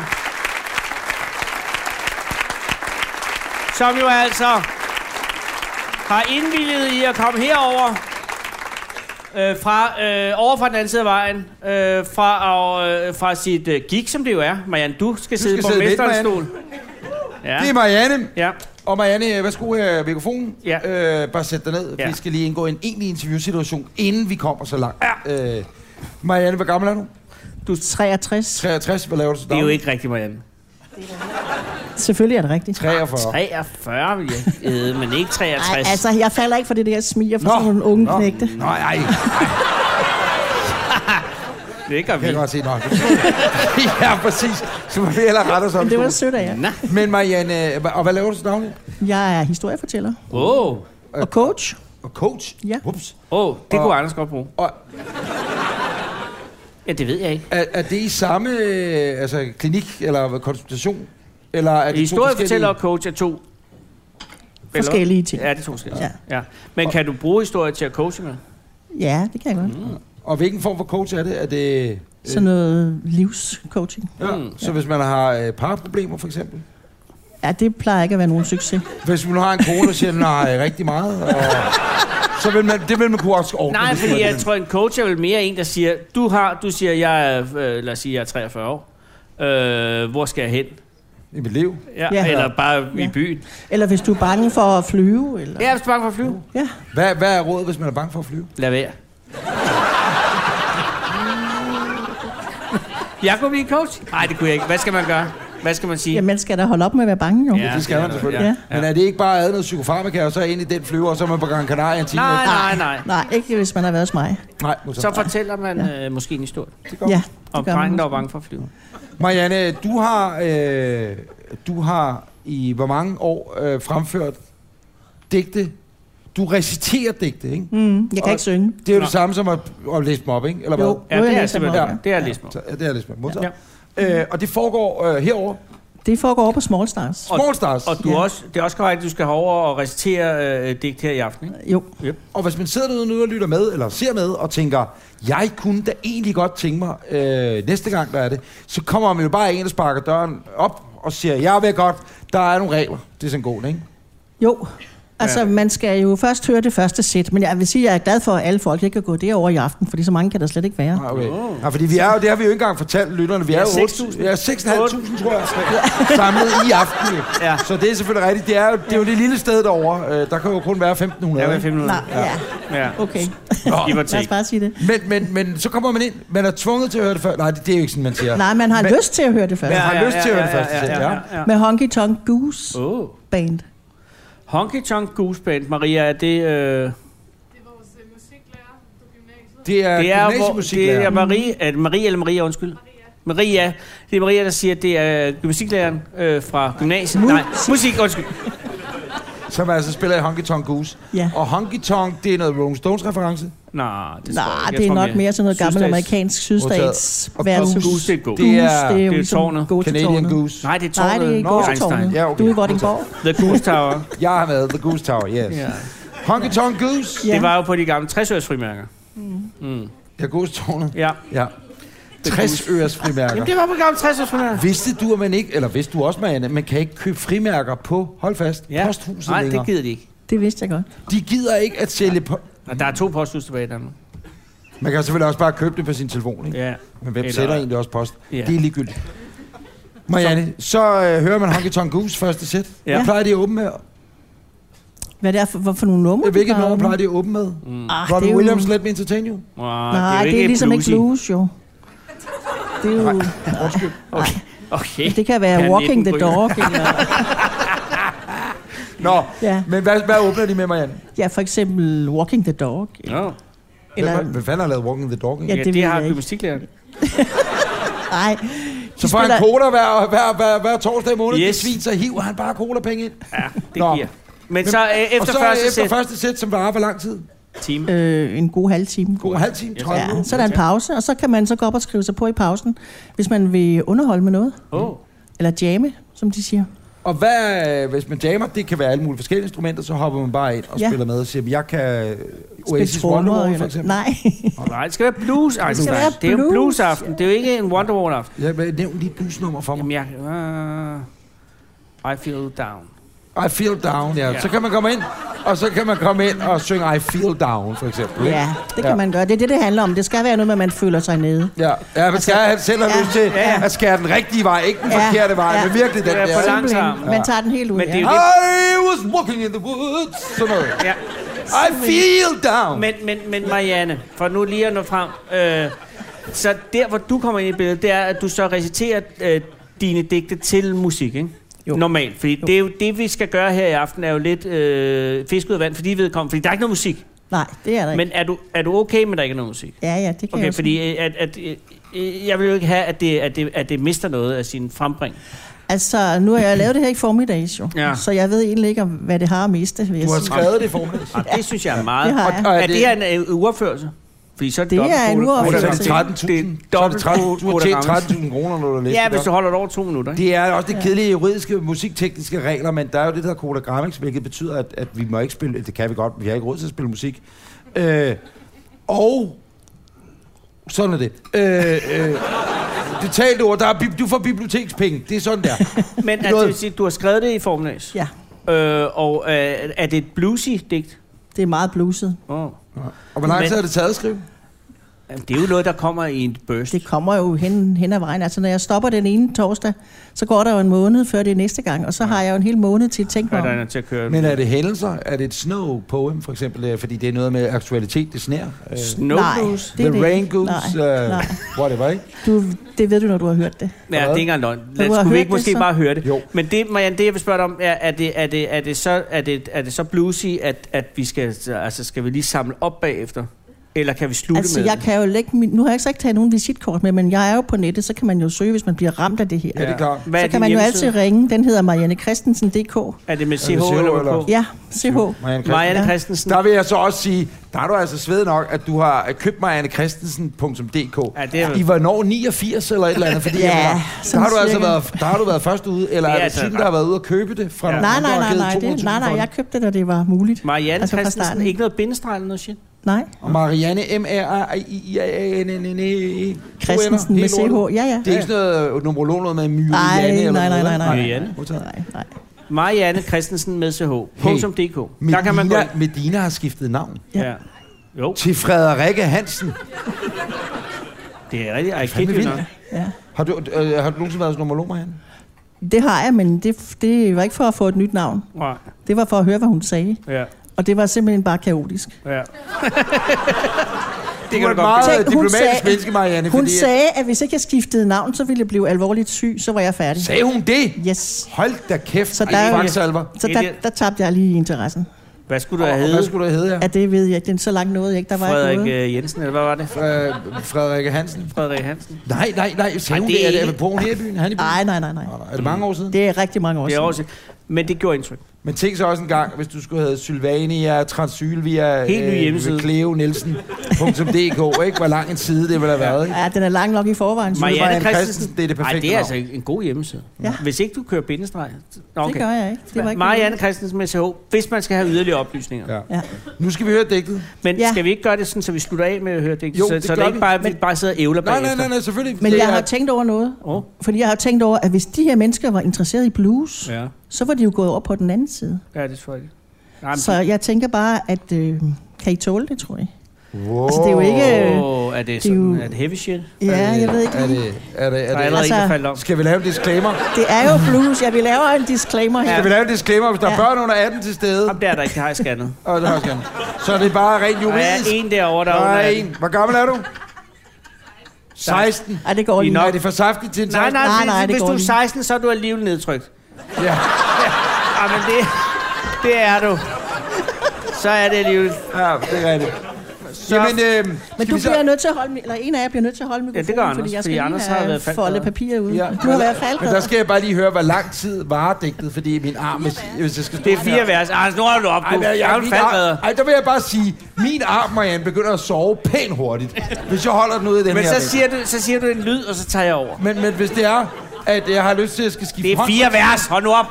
Som jo altså har indvilliget i at komme herover Øh, fra, øh, over fra den anden side af vejen, øh, fra, øh, fra sit øh, gig, som det jo er. Marianne, du skal, du sidde skal på sidde mesterens stol. Ja. Det er Marianne. Ja. Og Marianne, værsgo her mikrofonen. Ja. Øh, bare sæt dig ned. Ja. Vi skal lige indgå i en egentlig interviewsituation, inden vi kommer så langt. Ja. Øh, Marianne, hvor gammel er du? Du er treogtres. treogtres, hvad laver du så? Det er jo ikke rigtigt, Marianne. Selvfølgelig er det rigtigt. treogfyrre. treogfyrre vil jeg æde, men ikke treogtres. Ej, altså, jeg falder ikke for det der smiger for sådan nogle unge Nå. knægte. Nej, ej. Det gør vi. Kan jeg godt se, nok. Ja, præcis. Så må vi heller rette os om. Men det var sødt af jer. Men Marianne, og hvad laver du så dagligt? Jeg er historiefortæller. Åh. Oh. Og coach. Og coach? Ja. Ups. Åh, oh, det og, kunne Anders godt bruge. Og, ja, det ved jeg ikke. Er, er det i samme øh, altså, klinik eller konsultation? Eller er det historiefortæller og coach er to forskellige ting. Ja, det er to forskellige. Ja. Ja. Men kan du bruge historie til at coache med? Ja, det kan jeg godt. Mm. Og hvilken form for coach er det? Er det øh... sådan noget livscoaching. Ja. Mm. Så hvis man har øh, parproblemer for eksempel? Ja, det plejer ikke at være nogen succes. Hvis man har en kone, der siger, at den har rigtig meget, og så vil man, det vil man kunne også ordne. Nej, fordi jeg tror, en coach er vel mere en, der siger, du har, du siger, jeg er, øh, lad os sige, jeg er treogfyrre år. Øh, hvor skal jeg hen? I mit liv? Ja, ja. Eller bare ja. i byen. Eller hvis du er bange for at flyve. Eller... Ja, hvis du er bange for at flyve. Ja. Hvad, hvad er rådet, hvis man er bange for at flyve? Lad være. Jeg kunne blive coach? Nej, det kunne jeg ikke. Hvad skal man gøre? Hvad skal man sige? Ja, man skal da holde op med at være bange, jo. Ja, det skal man selvfølgelig. Ja. Ja. Men er det ikke bare at noget psykofarmaka, og så ind i den flyver, og så er man på Gran Canaria en time? Nej, nej, nej. Nej, ikke hvis man har været hos mig. Nej, så fortæller man ja. øh, måske en historie. Det ja, det om drengen, der var bange for at flyve. Marianne, du har, øh, du har i hvor mange år øh, fremført digte. Du reciterer digte, ikke? Mm, jeg kan og ikke synge. Det er jo Nå. det samme som at, at læse dem op, ikke? Eller jo, hvad? Ja, det er simpelthen. Ja. Det er at læse dem op. Ja, det er at læse dem op. Ja. Øh, og det foregår øh, herover. Det foregår over på Small Stars. Small Stars. Og, og du ja. også, det er også korrekt, at du skal herover og recitere øh, digt her i aften, ikke? Jo. Yep. Og hvis man sidder derude nu og lytter med, eller ser med, og tænker, jeg kunne da egentlig godt tænke mig, øh, næste gang der er det, så kommer man jo bare en, der sparker døren op og siger, jeg ved godt, der er nogle regler. Det er sådan god, ikke? Jo. Altså, ja. Man skal jo først høre det første sæt, men jeg vil sige, at jeg er glad for, at alle folk ikke kan gå derover i aften, fordi så mange kan der slet ikke være. Okay. Oh. Ja, fordi vi er jo, det har vi jo ikke engang fortalt lytterne, vi er jo seks tusind. Ja, seks tusind fem hundrede, tror jeg, samlet i aften. Ja. Så det er selvfølgelig rigtigt. Det er jo det, er jo det lille sted derovre. Der kan jo kun være femten hundrede. Ja, femten hundrede. Nej, ja. ja. Okay. Lad os bare sige det. Men, men, men så kommer man ind, man er tvunget til at høre det først. Nej, det, det er jo ikke sådan, man siger. Nej, man har men, lyst til at høre det først. Man har ja, lyst til at høre det først. Ja, ja, ja, ja. Med Honky Tonk Goose oh. Band. Honky Tonk Goose Band, Maria, er det... Øh... Det er vores uh, musiklærer på gymnasiet. Det er, det er gymnasiemusiklærer. Det er Marie, er det Marie eller Maria, undskyld? Maria. Maria. Det er Maria, der siger, at det er musiklæreren øh, fra gymnasiet. Mu- Nej, musik, undskyld. Som altså spiller i Honky Tonk Goose. Ja. Og Honky Tonk, det er noget Rolling Stones reference? Nej, det, Nej, det er nok mere, mere sådan noget gammelt amerikansk sydstats verdens. Goose, det er Goose. Det er, det er, det er tårnet. Canadian Goose. Nej, det er tårnet. Nej, det er Gåsetårnet. Ja, okay. Du er i Vordingborg. The Goose Tower. Jeg har været The Goose Tower, yes. Yeah. Honky Tonk Goose. Ja. Det var jo på de gamle tres-øres frimærker. Mm. Mm. Ja, Gåsetårnet. Ja. Ja. tres øres frimærker. Jamen, det var på gamle tres øres frimærker. Vidste du, at man ikke, eller vidste du også, Marianne, man kan ikke købe frimærker på, hold fast, ja. Posthuset Nej, længere. det gider de ikke. Det vidste jeg godt. De gider ikke at sælge på... Og der er to posthus tilbage i Danmark. Man kan selvfølgelig også bare købe det på sin telefon, ikke? Ja. Men hvem Eller... sætter egentlig også post? Ja. Det er ligegyldigt. Marianne, så øh, hører man Honky Tonk Goose første sæt. Ja. Hvad plejer de at åbne med? Hvad det er for, for nogle numre? Hvilket nummer plejer de at åbne med? Mm. Ah, Robin jo... Williams, Let Me Entertain You? Wow, Nej, det er, det er ligesom ikke blues, jo. Det er jo... Nej, undskyld. Okay. Okay. Det kan være Walking the Dog, eller... Nå, ja. Men hvad, hvad åbner de med, Marianne? Ja, for eksempel Walking the Dog. Nå. Eller... Hvad fanden har lavet Walking the Dog? Ja, det, ja, det har gymnastiklæreren. Nej. Så får han cola hver, hver, hver, hver torsdag i måned. Yes. Det svin, så hiver han bare cola-penge ind. Ja, det Nå. giver. Men så øh, efter, og så første, efter sæt... første sæt, som varer hvor lang tid? Time. Øh, en god halv time. God halv time, tredive ja, så er der en pause, og så kan man så gå op og skrive sig på i pausen, hvis man vil underholde med noget. Oh. Eller jamme, som de siger. Og hvad, hvis man jammer, det kan være alle mulige forskellige instrumenter, så hopper man bare ind og ja. spiller med og siger, jeg kan Oasis Wonderwall for eksempel. Nej. oh, nej, det skal være blues. Ej, det, skal være det er jo bluesaften, det er jo ikke en Wonderwall-aften. Ja, men nævn lige et bluesnummer for mig. Jamen, jeg... Uh, I Feel Down. I Feel Down, ja. ja. Så kan man komme ind. Og så kan man komme ind og synge I Feel Down, for eksempel. Ikke? Ja, det kan ja. man gøre. Det er det, det handler om. Det skal være noget med, at man føler sig nede. Ja, ja man skal altså, have selv have ja, lyst til ja. at skære den rigtige vej, ikke den ja, forkerte vej, ja. men virkelig den ja, der. På langt arm. Man tager den helt ud. Men det er jo ja. det. I was walking in the woods. Sådan noget. Ja. I feel down. Men, men, men Marianne, for nu lige at nå frem. Øh, så der, hvor du kommer ind i billedet, det er, at du så reciterer øh, dine digte til musik, ikke? Jo. Normalt. Fordi jo. Det er jo det, vi skal gøre her i aften, er jo lidt øh, fisk ud af vand, fordi vi vedkommer. Fordi der er ikke noget musik. Nej, det er der ikke. Men er du, er du okay med, at der ikke er noget musik? Ja, ja, det kan okay, jeg fordi at, at, at, jeg vil jo ikke have, at det, at, det, at det mister noget af sin frembring. Altså, nu har jeg lavet det her i formiddags jo, ja. Så jeg ved egentlig ikke, hvad det har at miste. Du har skrevet det i formiddags? Ja, det synes jeg er meget. Det har jeg. Og, og er, er det her en uoverførelse? Fordi så er det, det er en uoverførelse. Så er det tretten tusind. Så er det tretten, du har tjent tretten tusind kroner, når du læser. Ja, hvis du holder det over to minutter. Ikke? Det er også det kedelige juridiske, musiktekniske regler, men der er jo det, der hedder Kodagramix, hvilket betyder, at, at vi må ikke spille, det kan vi godt, vi har ikke råd til at spille musik. Øh, og sådan er det. Øh, øh, det talte ord, der er, du får bibliotekspenge, det er sådan der. Men altså, det vil sige, du har skrevet det i formiddags? Ja. Øh, og øh, er det et bluesy digt? Det er meget bluset. Oh. Og hvor lang tid har det taget at skrive? Det er jo noget, der kommer i en burst. Det kommer jo hen, hen ad vejen. Altså, når jeg stopper den ene torsdag, så går der jo en måned, før det er næste gang. Og så har jeg jo en hel måned til at tænke mig om. Til at køre. Men er det hændelser? Er det et snow poem, for eksempel? Fordi det er noget med aktualitet, det sner. Snow blues? Nej, det The er Rain det. Goose? Nej, uh, nej. Whatever, ikke? Du, det ved du, når du har hørt det. Ja, det er ikke engang løgn. Lad Skulle vi ikke måske det, bare høre det? Jo. Men det, Marianne, det jeg vil spørge dig om, er, er, det, er, det, er, det så, er, det, er det så bluesy, at, at vi skal, altså, skal vi lige samle op bagefter? Eller kan vi slutte altså, med jeg kan jo lægge min, nu har jeg ikke så ikke taget nogen visitkort med, men jeg er jo på nettet, så kan man jo søge, hvis man bliver ramt af det her. Ja, det er klart. Hvad så kan man jo altid ringe. Den hedder Marianne Christensen punktum d k. Er det med C H eller K? Ja, C H. Marianne Christensen. Der vil jeg så også sige, der er du altså sved nok, at du har købt Marianne Christensen punktum d k. Ja, det er I hvornår niogfirs eller et eller andet? Fordi ja, jeg, der, har du altså cirka. været, der har du været først ude, eller er det altså typen, der har været ude og købe det? Fra Ja. Nej, nej, nej, nej, det, nej, nej, jeg købte det, da det var muligt. Marianne Altså fra Christensen, starten. ikke noget bindestreg eller noget shit? Nej. Og Marianne M R I I A N N E Christensen med C H, ja, ja. Det er ikke sådan noget numerolog noget med Myrianne Nej, eller nej, nej, noget? nej, nej. Myrianne. Nej, nej. Marianne Christensen med C H. Punktum D K. Der kan man gå Medina, ind. Medina har skiftet navn Ja. Jo, til Frederikke Hansen. det er rigtigt. Ej, Fandme kæft, vildt. nok. Ja. Har du, øh, har du nogensinde været som numerolog, Marianne? Det har jeg, men det, det var ikke for at få et nyt navn. Nej. Det var for at høre, hvad hun sagde. Ja. Og det var simpelthen bare kaotisk. Ja. Det kan er du et godt meget Tænk, hun diplomatisk sagde- menneske, Marianne. Hun fordi, sagde, at hvis ikke jeg skiftede navn, så ville jeg blive alvorligt syg, så var jeg færdig. Sagde hun det? Yes. Hold da kæft. Så Ej, der er jo- kvaksalver. Så der, der tabte jeg lige interessen. Hvad skulle du Og have hvad heddet? skulle du hedde? Ja, det ved jeg ikke. Den så langt nåede jeg ikke. Der var Frederik ikke noget. øh, Jensen, eller hvad var det? Øh, Frederikke Hansen. Frederik Hansen. Nej, nej, nej. Sagde Ej, hun det det? er Er det, er ikke- det på hun her i byen? Han i byen? Nej, nej, nej, nej. Er det mange år siden? Det er rigtig mange år Det er siden. også. Men det gjorde indtryk. Men tænk så også en gang, hvis du skulle hedde Sylvania, Transylvia, Helt ny hjemmeside. Cleo Nielsen punktum d k, ikke? Hvor lang en side det ville have været, ikke? Ja, den er lang nok i forvejen. Marianne Marianne Christensen. Christensen, det er det Nej, perfekte det er navn. altså en god hjemmeside. Ja. Hvis ikke du kører bindestreg. Nå, Det gør jeg ikke. Det var ikke Marianne Christensen med C H. Hvis man skal have yderligere oplysninger. Ja. Ja. Nu skal vi høre digtet. Men Ja. skal vi ikke gøre det sådan, så vi slutter af med at høre digtet? Jo, så, det så det gør er ikke vi. bare, vi bare sidder og ævler Nej, bagefter. nej, nej, nej, selvfølgelig. Men Det jeg er- har tænkt over noget. Åh. Fordi jeg har tænkt over, at hvis de her mennesker var interesseret i blues, Ja, så var de jo gået over på den anden side. ja det tror jeg. Nej, men Så jeg tænker bare, at øh, kan I tåle det, tror jeg? Wow. Altså, det er jo ikke... Åh, er det det er sådan, jo- er det heavy shit? Ja, jeg ved ikke Er lige. det, er det, er Der er det, allerede Altså- en, der faldt om. skal vi lave en disclaimer? Det er jo blues. Ja, vi laver en disclaimer her. Skal vi lave en disclaimer, hvis der er Ja. børn under atten til stede? Jamen, det er der ikke, det har jeg scannet. Og det har jeg scannet. Så er det bare rent Der er juridisk. en derovre, der Der er under er atten. en. Hvor gammel er du? seksten. Ej, det går Vi er lige. nok- Er det for saftigt til en Nej, seksten? nej, Nej, hvis, nej, det hvis går du er lige. seksten, så er du alligevel nedtrykt. Ja. Ja, men det, det er du. Så er det alligevel. Ja, det er rigtigt. Så, Jamen, øh, Men skal du vi så... bliver nødt til at holde, mi- eller en af jer bliver nødt til at holde mikrofonen, det gør Anders, fordi jeg fordi skal Anders lige har have været faldt folde bedre. papir ud. Ja, Du har været men der faldet. skal jeg bare lige høre, hvor lang tid varer digtet, fordi min arm, hvis, hvis jeg skal stå det er fire vers. Anders, nu har du op, du. Ej, der, Jeg jeg, er jo min faldredder. arm, ej, der vil jeg bare sige, min arm, Marianne, begynder at sove pænt hurtigt, hvis jeg holder den ud i den Men her. så siger, du, så siger du en lyd, og så tager jeg over. men, men hvis det er, at jeg har lyst til at skal skifte Det er hånd- fire vers. Hold nu op.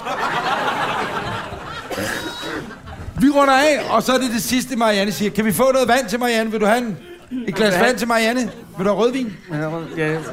Vi runder af, og så er det det sidste, Marianne siger. Kan vi få noget vand til Marianne? Vil du have en, et glas vand til Marianne? Vil du have rødvin? Ja,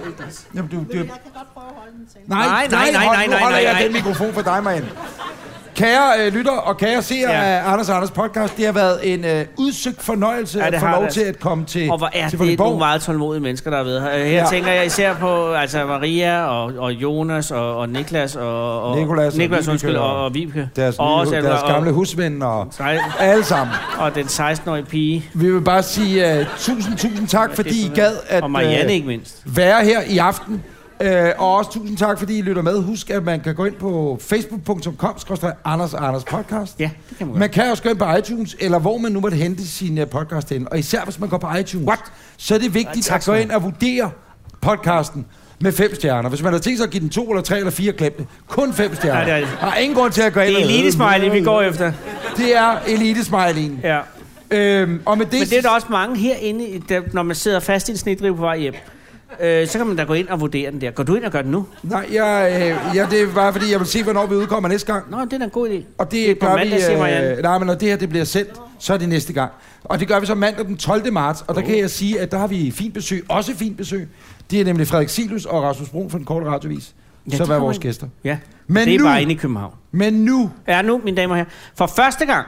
Jamen, du, du... Jeg kan godt prøve at holde den til. Nej, Nej, nej, nej, hold- nej, nu nej, holder nej, jeg nej. den mikrofon for dig, Marianne. Kære øh, lytter og kære seere ja. af Anders og Anders podcast, det har været en øh, udsøgt fornøjelse ja, at få lov det. til at komme til Og hvor er til det nogle meget tålmodige mennesker, der har været her. Her ja. tænker jeg især på altså Maria og, og Jonas og, og Niklas og, og Nikolas Niklas, og, undskyld, og, og Vibeke. Deres, og også, deres og, gamle husmænd og alle sammen. Og den seksten-årige pige. Vi vil bare sige uh, tusind, tusind tak, ja, fordi I gad at og Marianne, ikke mindst. være her i aften. Uh, og også tusind tak, fordi I lytter med. Husk, at man kan gå ind på facebook punktum com skråstreg Anders og Anders podcast. Ja, det kan man godt. Man kan også gå ind på iTunes, eller hvor man nu måtte hente sin uh, podcast hen. Og især hvis man går på iTunes, What? så er det vigtigt ja, tak, at gå ind og vurdere podcasten med fem stjerner. Hvis man har tænkt sig at give den to eller tre eller fire, glem det. Kun fem stjerner. Ja, det er det. Der er ingen grund til at gå ind. Det er elite-smiley, vi går efter. Det er elite-smileyen. Ja. Øhm, og med det... Men det er der også mange herinde, der, når man sidder fast i en snedrive på vej hjem. Øh, så kan man da gå ind og vurdere den der. Går du ind og gør den nu? Nej, jeg, øh, ja, det er bare fordi, jeg vil se, hvornår vi udkommer næste gang. Nå, det er da en god idé. Og det, det gør mandag, vi... Øh, nej, men når det her det bliver sendt, så er det næste gang. Og det gør vi så mandag den tolvte marts. Og der oh. kan jeg sige, at der har vi fint besøg. Også fint besøg. Det er nemlig Frederik Silus og Rasmus Brun fra Den Korte Radiovis. Ja, så er vores man... gæster. Ja, men det er nu, bare inde i København. Men nu... Ja, nu, mine damer og herrer. For første gang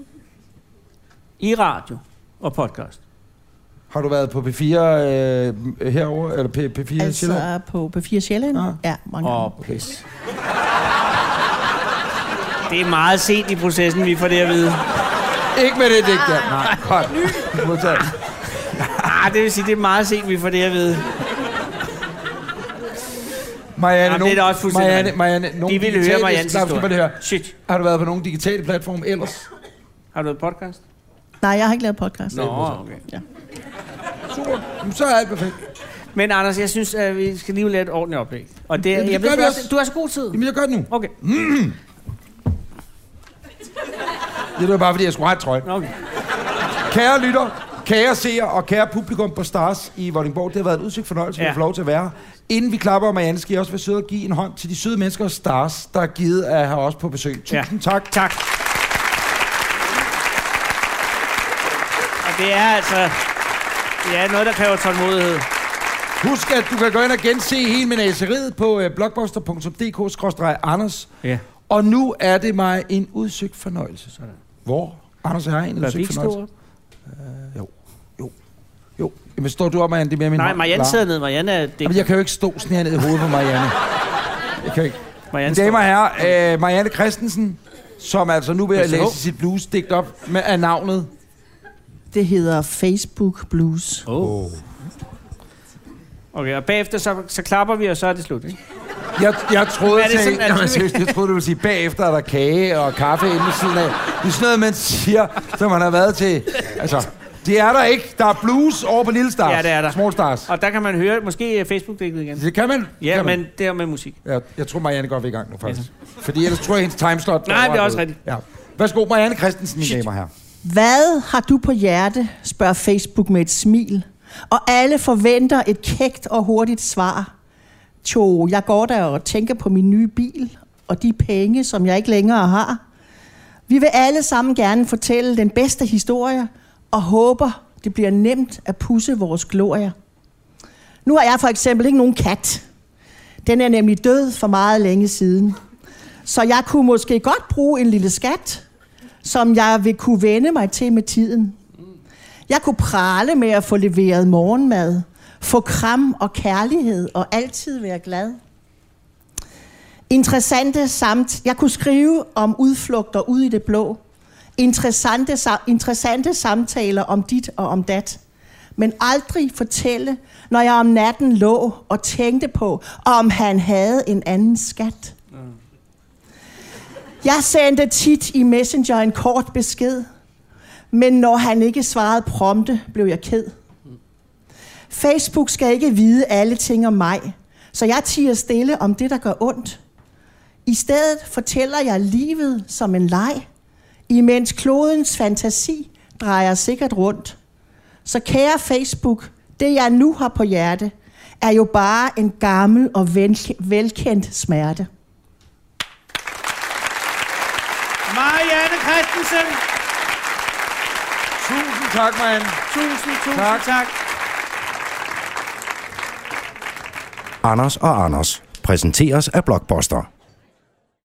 i radio og podcast. Har du været på P fire øh, herovre, eller P- P4 altså Sjælland? Altså på P fire Sjælland? Ja, ja mange gange. Åh, pis. Det er meget sent i processen, vi får det at vide. Ikke med det digt der. Nej, godt. Ah, det vil sige, det er meget sent, vi får det at vide. Marianne, Jamen, det er da også fuldstændig. Marianne, Marianne, de vil høre Mariannes historie. Shit. Har du været på nogle digitale platforme ellers? Har du været podcast? Nej, jeg har ikke lavet podcast. Nå, okay. Ja. Super. Så er alt perfekt. Men Anders, jeg synes, at vi skal lige lave et ordentligt oplæg. Og det, ja, det jeg ved, du, også. du har så god tid. Jamen, jeg gør det nu. Okay. Mm. Det var bare, fordi jeg skulle have et trøje. Okay. Kære lytter, kære seere og kære publikum på Stars i Vordingborg, det har været et udsigt fornøjelse, ja. at få lov til at være. Inden vi klapper om Marianne, skal jeg også være sød og give en hånd til de søde mennesker og Stars, der er givet at have os på besøg. Tusind ja. tak. Tak. Og det er altså... Det er noget, der kræver tålmodighed. Husk, at du kan gå ind og gense hele menageriet på uh, blogbuster punktum d k skråstreg Anders. Ja. Og nu er det mig en udsøgt fornøjelse. Sådan. Hvor? Anders er en udsøgt fornøjelse. Uh, jo. Jo. Jo. Jamen står du op, Marianne? Det er mere min Nej, Marianne sidder ned. Marianne er... Jamen, jeg kan jo ikke stå sådan her ned i hovedet på Marianne. Jeg kan ikke. Marianne damer og herrer, uh, Marianne Christensen, som altså nu vil jeg læse sit blues-digt op med af navnet. Det hedder Facebook Blues. Oh. Okay, og bagefter så, så klapper vi, og så er det slut, ikke? Jeg, jeg troede, det sådan, jeg, jeg, seriøst, jeg troede, du ville sige, bagefter er der kage og kaffe inde ved siden af. Det er sådan noget, man siger, som man har været til. Altså, det er der ikke. Der er blues over på Lille Stars. Ja, det er der. Small Stars. Og der kan man høre, måske Facebook-dækket igen. Det kan man. Ja, kan men man. det er med musik. Jeg, jeg tror, Marianne går ved i gang nu, faktisk. Ja. Fordi ellers tror jeg, hendes timeslot... Nej, det er også rigtigt. Ja. Værsgo, Marianne Christensen, mine damer her. Hvad har du på hjerte, spørger Facebook med et smil. Og alle forventer et kægt og hurtigt svar. Tjo, jeg går der og tænker på min nye bil, og de penge, som jeg ikke længere har. Vi vil alle sammen gerne fortælle den bedste historie, og håber, det bliver nemt at pudse vores glorie. Nu har jeg for eksempel ikke nogen kat. Den er nemlig død for meget længe siden. Så jeg kunne måske godt bruge en lille skat, som jeg vil kunne vende mig til med tiden. Jeg kunne prale med at få leveret morgenmad, få kram og kærlighed og altid være glad. Interessante samt, jeg kunne skrive om udflugter ud i det blå. Interessante, interessante samtaler om dit og om dat. Men aldrig fortælle, når jeg om natten lå og tænkte på, om han havde en anden skat. Jeg sendte tit i Messenger en kort besked, men når han ikke svarede prompte, blev jeg ked. Facebook skal ikke vide alle ting om mig, så jeg tiger stille om det, der gør ondt. I stedet fortæller jeg livet som en leg, imens klodens fantasi drejer sikkert rundt. Så kære Facebook, det jeg nu har på hjerte, er jo bare en gammel og velkendt smerte. Marianne Christensen. Tusind tak, Marianne. Tusind, tusind tak. tak. Anders og Anders præsenteres af Blockbuster.